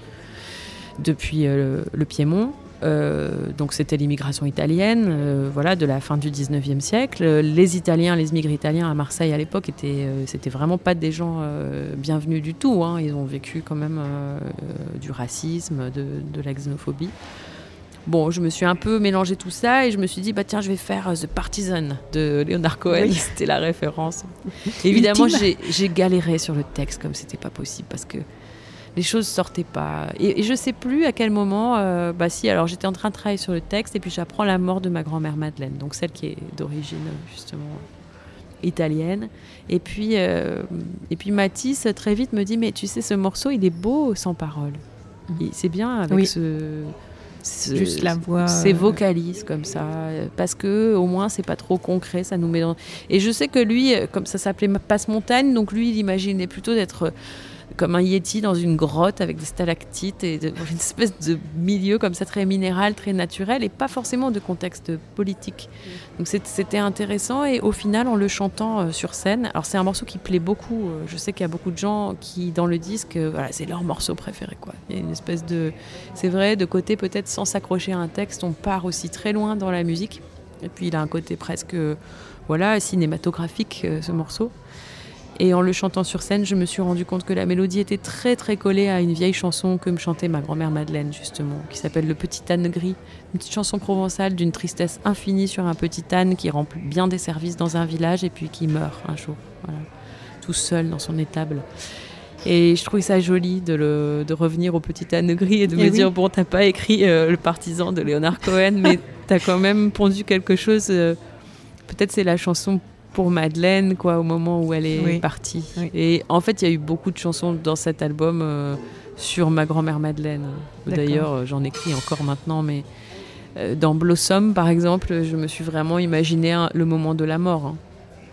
depuis le Piémont. Donc c'était l'immigration italienne, de la fin du 19e siècle. Les immigrés italiens à Marseille à l'époque, c'était vraiment pas des gens bienvenus du tout, hein. Ils ont vécu quand même du racisme, de la xénophobie. Bon, je me suis un peu mélangé tout ça et je me suis dit, tiens, je vais faire The Partisan de Leonard Cohen. Oui. C'était la référence. Évidemment, j'ai galéré sur le texte comme c'était pas possible parce que les choses sortaient pas. Et je sais plus à quel moment, alors j'étais en train de travailler sur le texte et puis j'apprends la mort de ma grand-mère Madeleine, donc celle qui est d'origine justement italienne. Et puis Mathis très vite me dit, mais tu sais, ce morceau, il est beau sans parole. C'est bien avec juste la voix, ces vocalises comme ça, parce que au moins c'est pas trop concret, ça nous met dans. Et je sais que lui, comme ça s'appelait Passe-Montagne, donc lui il imaginait plutôt d'être comme un yéti dans une grotte avec des stalactites et une espèce de milieu comme ça très minéral, très naturel et pas forcément de contexte politique. Donc c'était intéressant et au final en le chantant sur scène, alors c'est un morceau qui plaît beaucoup, je sais qu'il y a beaucoup de gens qui dans le disque, c'est leur morceau préféré, quoi. Il y a une espèce de, c'est vrai, de côté peut-être sans s'accrocher à un texte, on part aussi très loin dans la musique et puis il a un côté presque cinématographique ce morceau. Et en le chantant sur scène, je me suis rendu compte que la mélodie était très très collée à une vieille chanson que me chantait ma grand-mère Madeleine, justement, qui s'appelle Le Petit Âne Gris. Une petite chanson provençale d'une tristesse infinie sur un petit âne qui rend bien des services dans un village et puis qui meurt un jour, tout seul dans son étable. Et je trouvais ça joli de revenir au Petit Âne Gris et de me dire, bon, t'as pas écrit Le Partisan de Leonard Cohen, mais t'as quand même pondu quelque chose, peut-être c'est la chanson pour Madeleine, quoi, au moment où elle est partie. Oui. Et en fait, il y a eu beaucoup de chansons dans cet album sur ma grand-mère Madeleine. D'accord. D'ailleurs, j'en écris encore maintenant, mais dans Blossom, par exemple, je me suis vraiment imaginé le moment de la mort. Hein.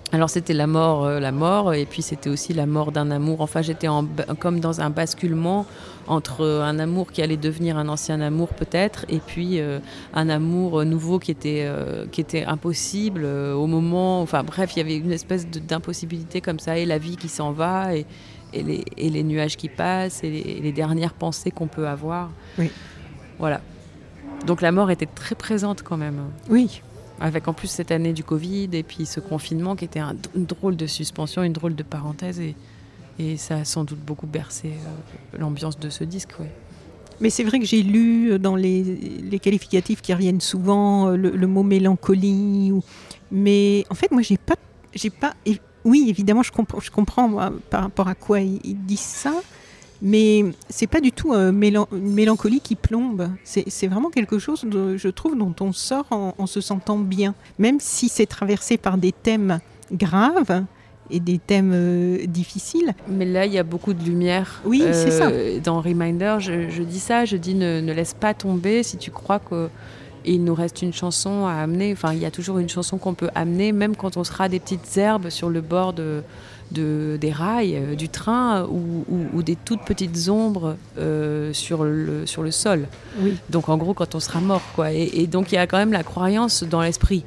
Alors c'était la mort, et puis c'était aussi la mort d'un amour. Enfin, j'étais comme dans un basculement entre un amour qui allait devenir un ancien amour peut-être, et puis un amour nouveau qui était impossible au moment. Enfin bref, il y avait une espèce d'impossibilité comme ça, et la vie qui s'en va, et les nuages qui passent, et les dernières pensées qu'on peut avoir. Oui. Voilà. Donc la mort était très présente quand même. Oui. Avec en plus cette année du Covid et puis ce confinement qui était une drôle de suspension, une drôle de parenthèse, et ça a sans doute beaucoup bercé l'ambiance de ce disque. Ouais. Mais c'est vrai que j'ai lu dans les qualificatifs qui reviennent souvent le mot mélancolie. Mais en fait, moi, j'ai pas. Oui, évidemment, je comprends moi, par rapport à quoi ils disent ça. Mais c'est pas du tout une mélancolie qui plombe. C'est vraiment quelque chose, je trouve, dont on sort en se sentant bien. Même si c'est traversé par des thèmes graves et des thèmes difficiles. Mais là, il y a beaucoup de lumière. Oui, c'est ça. Dans Reminder, je dis ça, je dis ne laisse pas tomber si tu crois qu'il nous reste une chanson à amener. Enfin, il y a toujours une chanson qu'on peut amener, même quand on sera des petites herbes sur le bord des rails, du train, ou des toutes petites ombres sur le sol. Oui. Donc en gros, quand on sera mort, quoi. Et donc il y a quand même la croyance dans l'esprit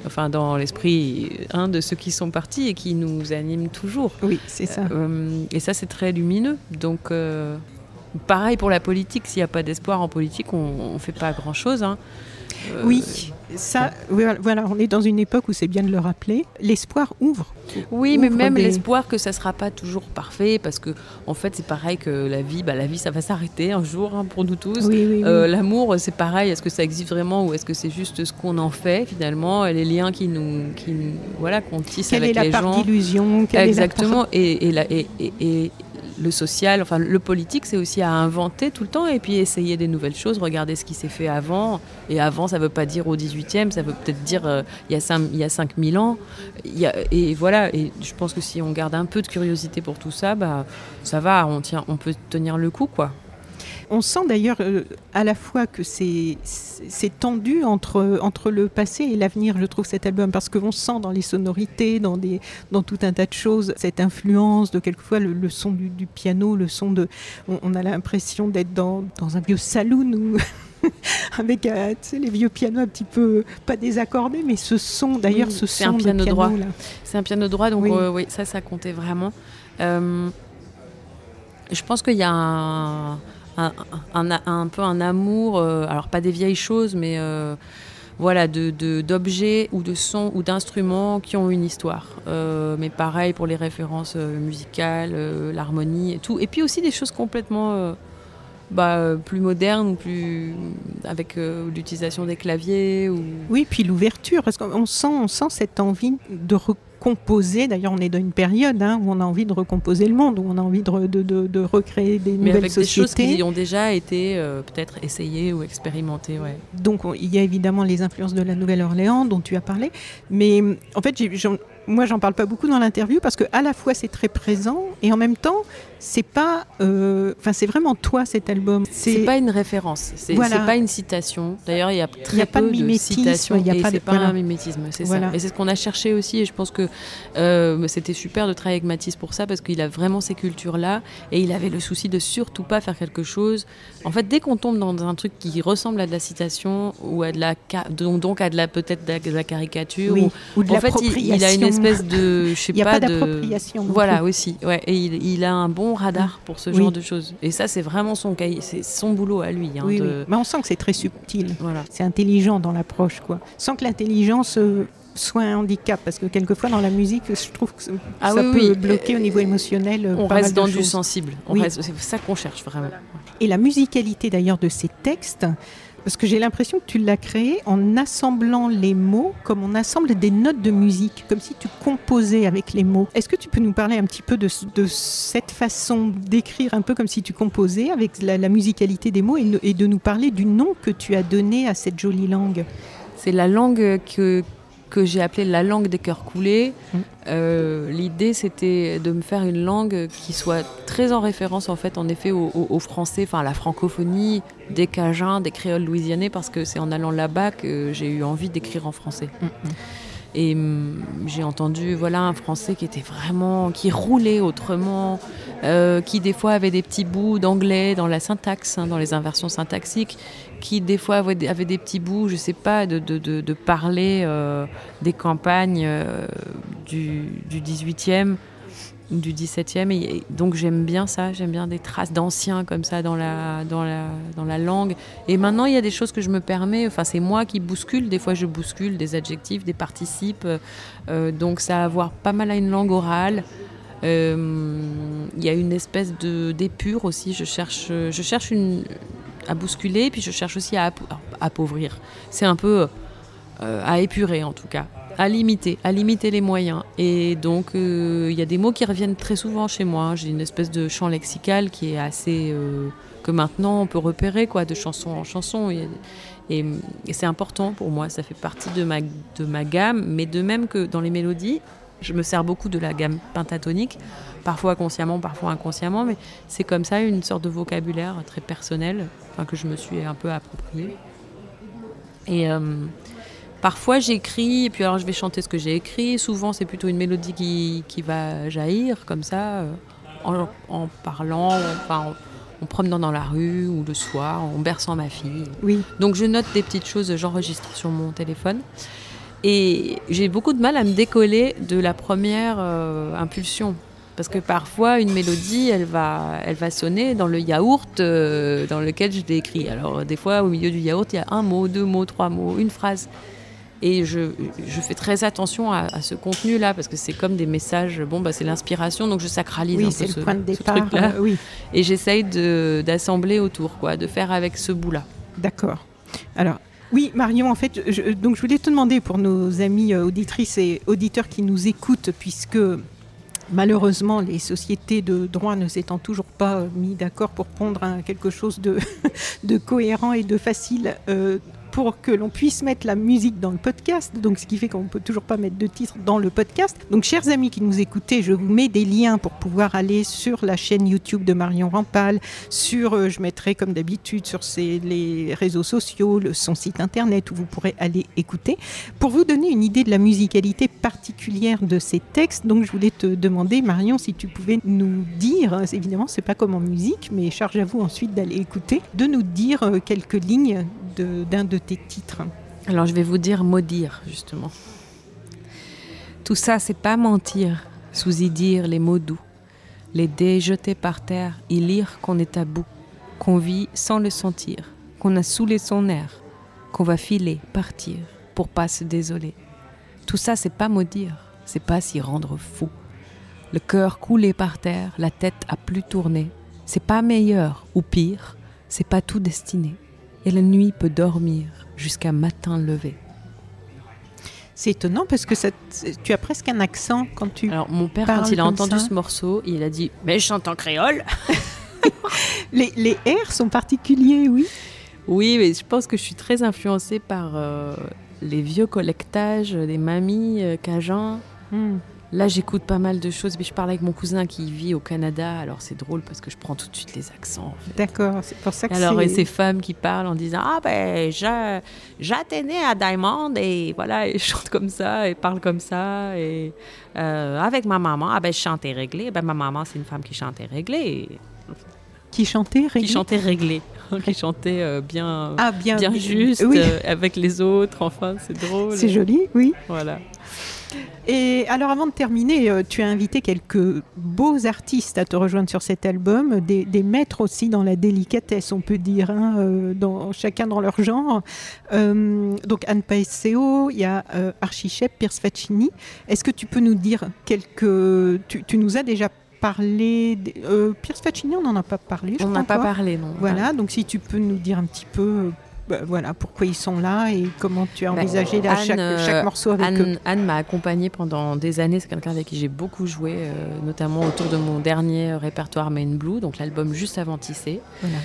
de ceux qui sont partis et qui nous animent toujours. Oui, c'est ça. Et ça, c'est très lumineux. Donc pareil pour la politique, s'il n'y a pas d'espoir en politique, on ne fait pas grand-chose, hein. Oui, ça, voilà, on est dans une époque où c'est bien de le rappeler. L'espoir ouvre. Oui, mais même l'espoir que ça ne sera pas toujours parfait, parce que en fait, c'est pareil que la vie, ça va s'arrêter un jour, hein, pour nous tous. Oui. L'amour, c'est pareil. Est-ce que ça existe vraiment, ou est-ce que c'est juste ce qu'on en fait finalement, les liens qu'on tisse avec les gens. Quelle est la part d'illusion? Exactement. Et le social, enfin le politique, c'est aussi à inventer tout le temps, et puis essayer des nouvelles choses, regarder ce qui s'est fait avant. Et avant, ça ne veut pas dire au 18e, ça veut peut-être dire il y a 5000 ans. Et voilà, et je pense que si on garde un peu de curiosité pour tout ça, ça va, on peut tenir le coup, quoi. On sent d'ailleurs à la fois que c'est tendu entre le passé et l'avenir, je trouve, cet album, parce qu'on sent dans les sonorités, dans tout un tas de choses, cette influence de quelquefois le son du piano, le son de... On a l'impression d'être dans un vieux saloon avec les vieux pianos un petit peu, pas désaccordés, mais ce son, d'ailleurs, oui, ce son son de piano droit. Là. C'est un piano droit, donc oui, oui, ça comptait vraiment. Je pense qu'il y a un peu un amour, alors pas des vieilles choses, mais voilà, d'objets ou de sons ou d'instruments qui ont une histoire. Mais pareil pour les références musicales, l'harmonie et tout. Et puis aussi des choses complètement plus modernes, ou plus avec l'utilisation des claviers. Oui, puis l'ouverture, parce qu'on sent cette envie de recomposer. D'ailleurs, on est dans une période où on a envie de recomposer le monde, où on a envie de recréer des nouvelles sociétés. Mais avec des choses qui ont déjà été peut-être essayées ou expérimentées. Ouais. Donc, il y a évidemment les influences de la Nouvelle-Orléans dont tu as parlé. Mais en fait, moi, j'en parle pas beaucoup dans l'interview, parce qu'à la fois, c'est très présent, et en même temps, c'est pas... c'est vraiment toi, cet album. C'est pas une référence, c'est pas une citation. D'ailleurs, il y a très peu de citations, et c'est pas un mimétisme, c'est ça. Et c'est ce qu'on a cherché aussi, et je pense que c'était super de travailler avec Mathis pour ça, parce qu'il a vraiment ces cultures-là, et il avait le souci de surtout pas faire quelque chose... En fait, dès qu'on tombe dans un truc qui ressemble à de la citation, ou à donc à peut-être de la caricature, ou de l'appropriation. Il a une espèce de... Il n'y a pas d'appropriation. Voilà, aussi. Ouais. Et il a un bon radar pour ce genre de choses. Et ça, c'est vraiment c'est son boulot à lui. Mais on sent que c'est très subtil. Voilà. C'est intelligent dans l'approche, quoi. Sans que l'intelligence soit un handicap, parce que quelquefois dans la musique, je trouve que ça peut bloquer au niveau émotionnel. On reste dans du sensible. C'est ça qu'on cherche vraiment. Et la musicalité d'ailleurs de ces textes, parce que j'ai l'impression que tu l'as créé en assemblant les mots comme on assemble des notes de musique, comme si tu composais avec les mots. Est-ce que tu peux nous parler un petit peu de cette façon d'écrire, un peu comme si tu composais avec la musicalité des mots, et de nous parler du nom que tu as donné à cette jolie langue? C'est la langue que j'ai appelée la langue des cœurs coulés. L'idée, c'était de me faire une langue qui soit très en référence, en fait, en effet, au français, enfin à la francophonie, des Cajuns, des créoles louisianais, parce que c'est en allant là-bas que j'ai eu envie d'écrire en français. Et j'ai entendu un français qui roulait autrement, qui des fois avait des petits bouts d'anglais dans la syntaxe, dans les inversions syntaxiques, qui des fois avait des petits bouts, je sais pas, de parler des campagnes du 18e ou du 17e. Et donc j'aime bien ça, j'aime bien des traces d'anciens comme ça dans la langue. Et maintenant, il y a des choses que je me permets, c'est moi qui bouscule, des fois je bouscule des adjectifs, des participes, donc ça a à voir pas mal à une langue orale. Il y a une espèce d'épure aussi, je cherche à bousculer, puis je cherche aussi à appauvrir. C'est un peu à épurer en tout cas, à limiter les moyens. Et donc il y a des mots qui reviennent très souvent chez moi. J'ai une espèce de champ lexical qui est assez que maintenant on peut repérer de chanson en chanson. Et c'est important pour moi, ça fait partie de ma gamme, mais de même que dans les mélodies, je me sers beaucoup de la gamme pentatonique, parfois consciemment, parfois inconsciemment, mais c'est comme ça une sorte de vocabulaire très personnel, que je me suis un peu approprié. Et parfois j'écris, et puis alors je vais chanter ce que j'ai écrit. Souvent c'est plutôt une mélodie qui va jaillir comme ça, en parlant, en promenant dans la rue ou le soir, en berçant ma fille. Oui. Donc je note des petites choses, j'enregistre sur mon téléphone. Et j'ai beaucoup de mal à me décoller de la première impulsion. Parce que parfois, une mélodie, elle va sonner dans le yaourt dans lequel je l'ai écrit. Alors, des fois, au milieu du yaourt, il y a un mot, 2 mots, 3 mots, une phrase. Et je fais très attention à ce contenu-là, parce que c'est comme des messages. C'est l'inspiration, donc je sacralise un peu c'est le point de départ, ce truc-là. oui. Et j'essaye d'assembler autour, de faire avec ce bout-là. D'accord. Alors, oui, Marion, en fait, donc je voulais te demander pour nos amis auditrices et auditeurs qui nous écoutent, puisque malheureusement les sociétés de droit ne s'étant toujours pas mis d'accord pour pondre quelque chose de cohérent et de facile pour que l'on puisse mettre la musique dans le podcast, donc ce qui fait qu'on ne peut toujours pas mettre de titre dans le podcast. Donc chers amis qui nous écoutez, je vous mets des liens pour pouvoir aller sur la chaîne YouTube de Marion Rampal, je mettrai comme d'habitude sur les réseaux sociaux, son site internet où vous pourrez aller écouter. Pour vous donner une idée de la musicalité particulière de ces textes, donc je voulais te demander, Marion, si tu pouvais nous dire, évidemment c'est pas comme en musique, mais charge à vous ensuite d'aller écouter, de nous dire quelques lignes d'un de tes titres. Alors je vais vous dire maudire justement. Tout ça c'est pas mentir, sous y dire les mots doux, les dés jetés par terre, y lire qu'on est à bout, qu'on vit sans le sentir, qu'on a saoulé son air, qu'on va filer, partir, pour pas se désoler. Tout ça c'est pas maudire, c'est pas s'y rendre fou. Le cœur coulé par terre, la tête à plus tourner, c'est pas meilleur ou pire, c'est pas tout destiné. Et la nuit peut dormir jusqu'à matin levé. C'est étonnant parce que tu as presque un accent quand tu Alors mon père, parles quand il a entendu ça. ce morceau, il a dit « Mais je chante en créole !» Les airs sont particuliers, oui. Oui, mais je pense que je suis très influencée par les vieux collectages des mamies cajuns. Là, j'écoute pas mal de choses. Mais je parle avec mon cousin qui vit au Canada. Alors, c'est drôle parce que je prends tout de suite les accents. En fait. D'accord, c'est pour ça que alors, et ces femmes qui parlent en disant « Ah ben, j'étais née à Diamond et voilà, et je chante comme ça et parle comme ça. Et avec ma maman, je chantais réglé. Ben, ma maman, c'est une femme qui chantait réglé. Qui chantait réglé. Qui chantait réglé. Qui chantait bien juste, oui. avec les autres. Enfin, c'est drôle. C'est joli, oui. Voilà. Et alors avant de terminer, tu as invité quelques beaux artistes à te rejoindre sur cet album, des maîtres aussi dans la délicatesse, on peut dire, chacun dans leur genre. Donc Anne Paeseo, il y a Archie Shepp, Piers Faccini. Est-ce que tu peux nous dire tu nous as déjà parlé... Piers Faccini, on n'en a pas parlé, je crois. On n'a pas parlé, non. Voilà, donc si tu peux nous dire un petit peu... pourquoi ils sont là et comment tu as envisagé chaque morceau avec eux. Anne m'a accompagnée pendant des années, c'est quelqu'un avec qui j'ai beaucoup joué, notamment autour de mon dernier répertoire Main Blue, donc l'album juste avant Tissé. Voilà.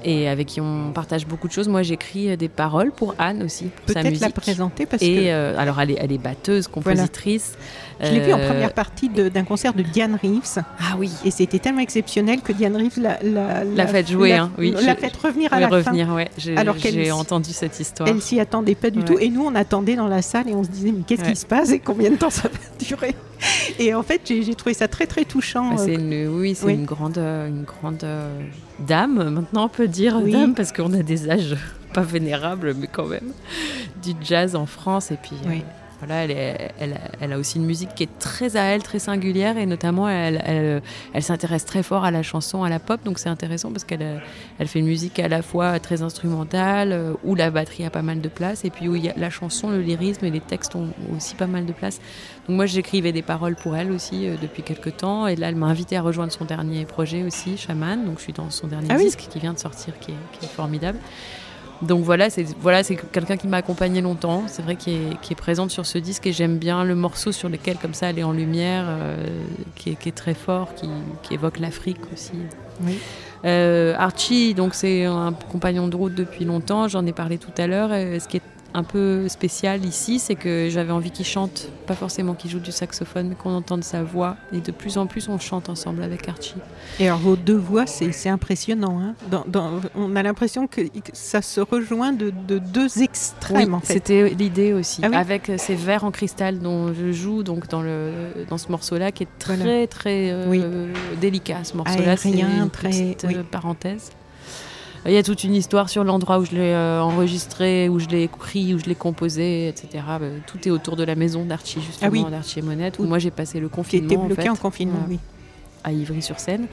et avec qui on partage beaucoup de choses. Moi, j'écris des paroles pour Anne aussi, pour sa musique. Peut-être la présenter parce et, que... alors, elle est batteuse, compositrice. Voilà. Je l'ai vue en première partie d'un concert de Diane Reeves. Ah oui. Et c'était tellement exceptionnel que Diane Reeves l'a fait jouer. L'a fait revenir à la fin. Ouais. J'ai entendu cette histoire. Elle s'y attendait pas du tout. Et nous, on attendait dans la salle et on se disait, mais qu'est-ce qui se passe et combien de temps ça va durer? Et en fait, j'ai trouvé ça très, très touchant. C'est une grande dame, maintenant on peut dire dame, parce qu'on a des âges pas vénérables, mais quand même, du jazz en France. Et puis voilà, elle a aussi une musique qui est très à elle, très singulière, et notamment elle s'intéresse très fort à la chanson, à la pop, donc c'est intéressant parce qu'elle fait une musique à la fois très instrumentale, où la batterie a pas mal de place, et puis où il y a la chanson, le lyrisme et les textes ont aussi pas mal de place. Donc moi j'écrivais des paroles pour elle aussi depuis quelques temps, et là elle m'a invitée à rejoindre son dernier projet aussi, Shaman, donc je suis dans son dernier disque qui vient de sortir, qui est formidable. Donc voilà, c'est quelqu'un qui m'a accompagnée longtemps, c'est vrai, qui est présente sur ce disque, et j'aime bien le morceau sur lequel comme ça elle est en lumière, qui est très fort, qui évoque l'Afrique aussi. Oui. Archie, donc c'est un compagnon de route depuis longtemps, j'en ai parlé tout à l'heure. Ce qui est un peu spécial ici, c'est que j'avais envie qu'il chante, pas forcément qu'il joue du saxophone, mais qu'on entende sa voix, et de plus en plus on chante ensemble avec Archie. Et alors vos deux voix, c'est impressionnant, hein. On a l'impression que ça se rejoint de deux extrêmes, en fait. C'était l'idée aussi, avec ces verres en cristal dont je joue donc dans ce morceau-là, qui est très très délicat. Ce morceau-là, c'est une petite parenthèse. Il y a toute une histoire sur l'endroit où je l'ai enregistré, où je l'ai écrit, où je l'ai composé, etc. Tout est autour de la maison d'Archie, justement, d'Archie et Monette, où moi j'ai passé le confinement. Qui était bloqué en confinement, à Ivry-sur-Seine.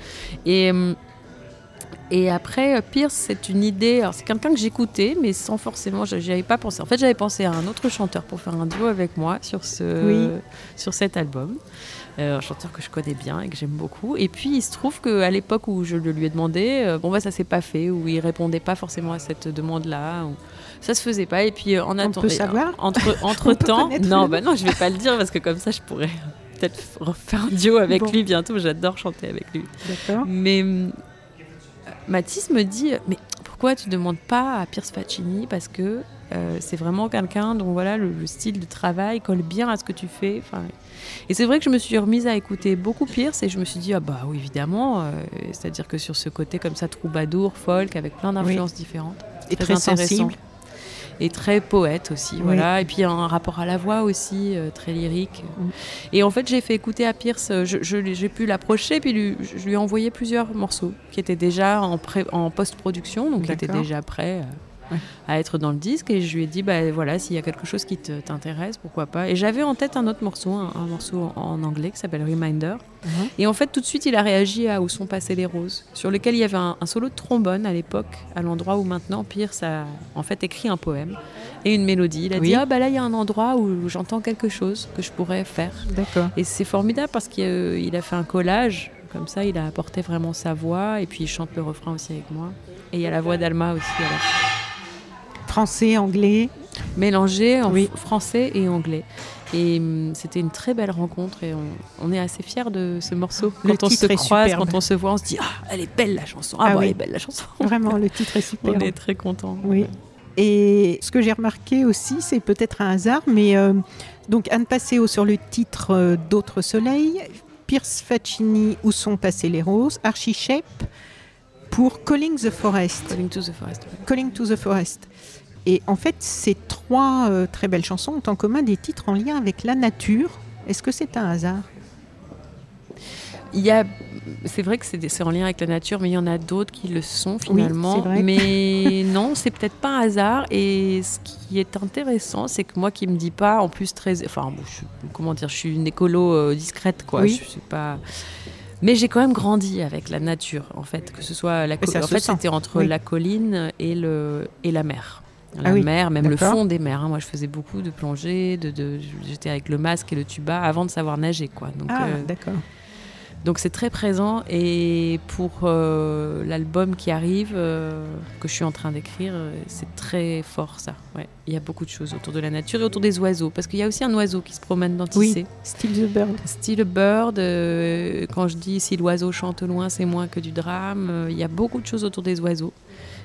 Et après, Pierce, c'est une idée. Alors, c'est quelqu'un que j'écoutais, mais sans forcément. J'y avais pas pensé. En fait, j'avais pensé à un autre chanteur pour faire un duo avec moi sur cet album. Un chanteur que je connais bien et que j'aime beaucoup. Et puis, il se trouve qu'à l'époque où je le lui ai demandé, ça s'est pas fait, ou il répondait pas forcéément à cette demande-là, ou ça se faisait pas. Et puis, en attendant, on peut savoir entre temps, non, je vais pas le dire parce que comme ça, je pourrais peut-être refaire un duo avec lui bientôt. J'adore chanter avec lui. D'accord. Mais Mathis me dit, mais pourquoi tu demandes pas à Pierce Faccini, parce que c'est vraiment quelqu'un dont le style de travail colle bien à ce que tu fais. Et c'est vrai que je me suis remise à écouter beaucoup Pierce, et je me suis dit oui, évidemment, c'est-à-dire que sur ce côté comme ça troubadour, folk, avec plein d'influences différentes, et très sensible. Et très poète aussi, voilà. Et puis un rapport à la voix aussi, très lyrique. Et en fait, j'ai fait écouter à Pierce, j'ai pu l'approcher, puis je lui ai envoyé plusieurs morceaux qui étaient déjà en post-production, donc qui étaient déjà prêts à être dans le disque. Et je lui ai dit, s'il y a quelque chose qui t'intéresse, pourquoi pas. Et j'avais en tête un autre morceau, un morceau en anglais qui s'appelle Reminder. Et en fait, tout de suite, il a réagi à Où sont passées les roses, sur lequel il y avait un solo de trombone à l'époque, à l'endroit où maintenant Pierce a en fait écrit un poème et une mélodie. Il a dit, là, il y a un endroit où j'entends quelque chose que je pourrais faire. D'accord. Et c'est formidable parce qu'il a fait un collage. Comme ça, il a apporté vraiment sa voix, et puis il chante le refrain aussi avec moi. Et il y a la voix d'Alma aussi. Français, anglais. Mélangé en français et anglais. Et c'était une très belle rencontre, et on est assez fiers de ce morceau. Quand on se croise, quand on se voit, on se dit elle est belle la chanson. Elle est belle la chanson. Vraiment, le titre est superbe. On est très contents. Oui. Et ce que j'ai remarqué aussi, c'est peut-être un hasard, mais donc Anne Passeo sur le titre D'autres soleils, Pierce Faccini, Où sont passées les roses, Archie Shepp pour Calling the Forest. Calling to the Forest. Calling to the Forest. Et en fait, ces trois très belles chansons ont en commun des titres en lien avec la nature. Est-ce que c'est un hasard ? C'est vrai que c'est en lien avec la nature, mais il y en a d'autres qui le sont finalement. Oui, c'est vrai. Mais non, c'est peut-être pas un hasard. Et ce qui est intéressant, c'est que moi qui me dis pas, en plus je suis une écolo discrète, quoi. Oui. Je suis pas. Mais j'ai quand même grandi avec la nature, en fait, que ce soit en fait, c'était entre la colline et la mer. La mer, même le fond des mers. Moi, je faisais beaucoup de plongée, j'étais avec le masque et le tuba avant de savoir nager, quoi. Donc, d'accord. Donc c'est très présent, et pour l'album qui arrive, que je suis en train d'écrire, c'est très fort ça. Ouais. Il y a beaucoup de choses autour de la nature et autour des oiseaux, parce qu'il y a aussi un oiseau qui se promène dans Tissé. Oui, Still the Bird. Still a Bird, quand je dis si l'oiseau chante loin, c'est moins que du drame, il y a beaucoup de choses autour des oiseaux.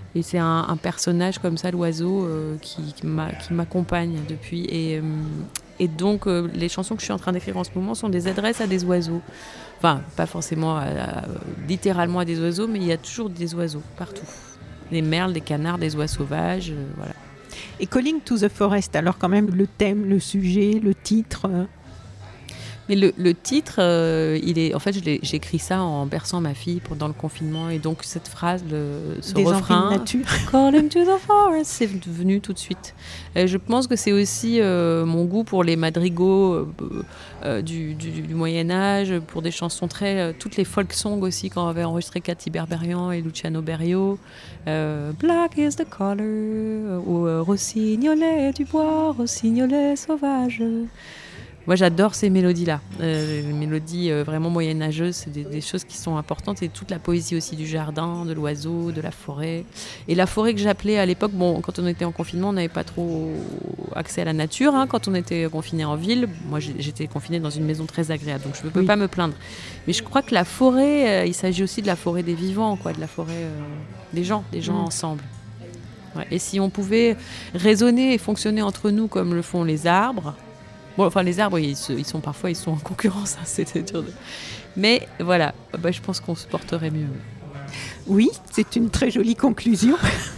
Et c'est un personnage comme ça, l'oiseau, qui m'accompagne depuis. Et donc, les chansons que je suis en train d'écrire en ce moment sont des adresses à des oiseaux. Enfin, pas forcément littéralement à des oiseaux, mais il y a toujours des oiseaux partout. Des merles, des canards, des oies sauvages, voilà. Et Calling to the Forest, alors quand même, le thème, le sujet, le titre Mais le titre, en fait, j'ai écrit ça en berçant ma fille pendant le confinement. Et donc, cette phrase, ce des refrain, nature. Calling to the forest, c'est venu tout de suite. Et je pense que c'est aussi mon goût pour les madrigaux du Moyen-Âge, pour des chansons toutes les folk songs aussi, quand on avait enregistré Cathy Berberian et Luciano Berio. Black is the color, ou Rossignolet du bois, Rossignolet sauvage. Moi, j'adore ces mélodies-là. Les mélodies vraiment moyenâgeuses, c'est des choses qui sont importantes. Et toute la poésie aussi du jardin, de l'oiseau, de la forêt. Et la forêt que j'appelais à l'époque, quand on était en confinement, on n'avait pas trop accès à la nature. Quand on était confiné en ville, moi, j'étais confinée dans une maison très agréable, donc je ne peux pas me plaindre. Mais je crois que la forêt, il s'agit aussi de la forêt des vivants, de la forêt des gens ensemble. Ouais. Et si on pouvait raisonner et fonctionner entre nous comme le font les arbres. Bon, enfin, les arbres, ils sont parfois en concurrence, c'est dur. Mais voilà, je pense qu'on se porterait mieux. Oui, c'est une très jolie conclusion.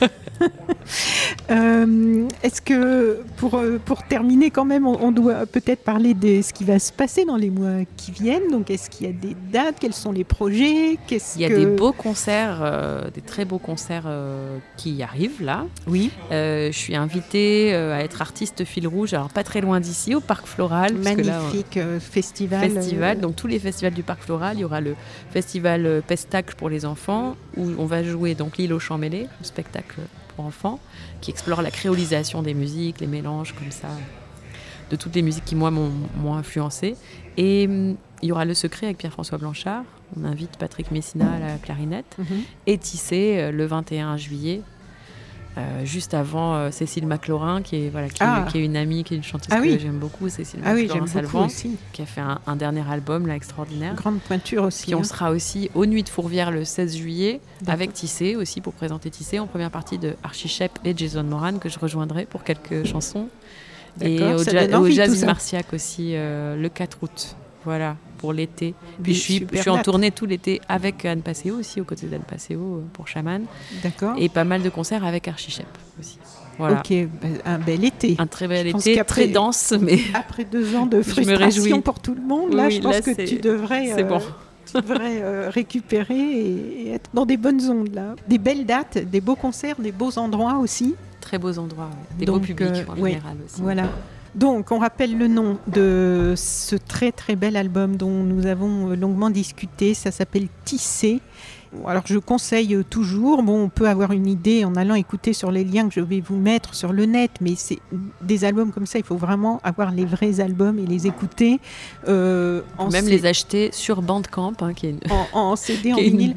Est-ce que, pour terminer quand même, on doit peut-être parler de ce qui va se passer dans les mois qui viennent. Donc, est-ce qu'il y a des dates? Quels sont les projets? Il y a des beaux concerts, des très beaux concerts qui arrivent là. Oui. Je suis invitée à être artiste fil rouge, alors pas très loin d'ici, au Parc Floral. Magnifique festival. Donc tous les festivals du Parc Floral. Il y aura le festival Pestacle pour les enfants, où on va jouer donc L'île aux champs mêlés, le spectacle pour enfants, qui explore la créolisation des musiques, les mélanges comme ça, de toutes les musiques qui, moi, m'ont influencée. Et il y aura Le Secret avec Pierre-François Blanchard. On invite Patrick Messina à la clarinette. Et Tissé, le 21 juillet, juste avant Cécile McLaurin, qui est une amie, qui est une chanteuse que j'aime beaucoup, Cécile McLaurin-Salvant, qui a fait un dernier album là, extraordinaire. Grande pointure aussi. Puis on sera aussi aux Nuits de Fourvière le 16 juillet, avec Tissé aussi, pour présenter Tissé, en première partie de Archie Shepp et Jason Moran, que je rejoindrai pour quelques chansons. Et au Jazz Marciac aussi, le 4 août. Voilà, pour l'été. Puis je suis en tournée tout l'été avec Anne Passeo aussi, aux côtés d'Anne Passeo pour Chaman. D'accord. Et pas mal de concerts avec Archie Shepp aussi. Voilà. Ok, un bel été. Un très bel été, très dense. Mais après 2 ans de frustration pour tout le monde, là, je pense que tu devrais... C'est bon. Tu devrais récupérer et être dans des bonnes ondes, là. Des belles dates, des beaux concerts, des beaux endroits aussi. Très beaux endroits, des beaux publics en général aussi. Voilà. Donc, on rappelle le nom de ce très très bel album dont nous avons longuement discuté. Ça s'appelle Tissé. Alors, je conseille toujours. On peut avoir une idée en allant écouter sur les liens que je vais vous mettre sur le net, mais c'est des albums comme ça. Il faut vraiment avoir les vrais albums et les écouter. Même les acheter sur Bandcamp, qui est en CD, en vinyle.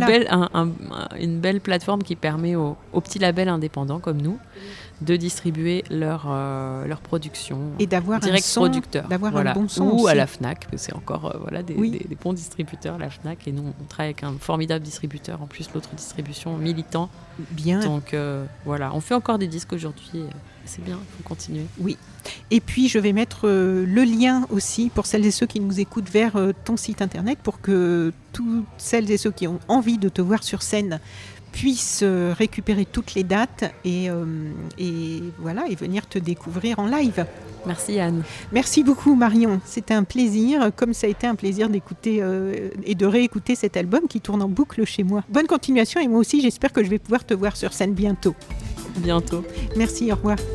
Une belle plateforme qui permet aux petits labels indépendants comme nous de distribuer leur production et d'avoir direct un son, producteur, un bon son ou aussi. à la Fnac, que c'est encore des bons distributeurs, la Fnac, et nous on travaille avec un formidable distributeur, en plus l'autre distribution militant. Bien. Donc on fait encore des disques aujourd'hui, c'est bien, il faut continuer. Oui. Et puis je vais mettre le lien aussi pour celles et ceux qui nous écoutent vers ton site internet, pour que toutes celles et ceux qui ont envie de te voir sur scène puissent récupérer toutes les dates et venir te découvrir en live. Merci Anne. Merci beaucoup Marion, c'était un plaisir, comme ça a été un plaisir d'écouter et de réécouter cet album qui tourne en boucle chez moi. Bonne continuation, et moi aussi j'espère que je vais pouvoir te voir sur scène bientôt. Bientôt. Merci, au revoir.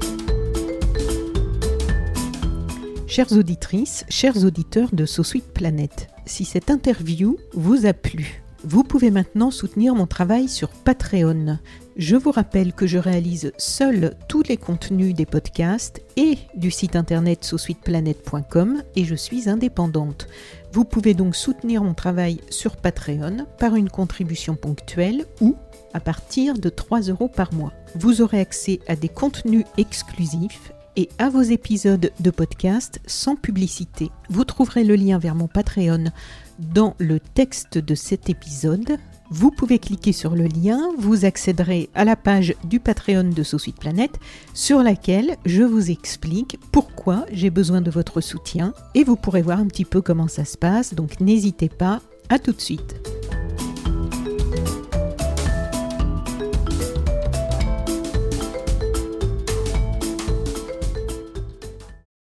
Chères auditrices, chers auditeurs de So Sweet Planet, si cette interview vous a plu, vous pouvez maintenant soutenir mon travail sur Patreon. Je vous rappelle que je réalise seule tous les contenus des podcasts et du site internet sosweetplanet.com, et je suis indépendante. Vous pouvez donc soutenir mon travail sur Patreon par une contribution ponctuelle ou à partir de 3 € par mois. Vous aurez accès à des contenus exclusifs et à vos épisodes de podcast sans publicité. Vous trouverez le lien vers mon Patreon dans le texte de cet épisode, Vous pouvez cliquer sur le lien, vous accéderez à la page du Patreon de Sous Suite Planète sur laquelle je vous explique pourquoi j'ai besoin de votre soutien et vous pourrez voir un petit peu comment ça se passe, donc n'hésitez pas, à tout de suite.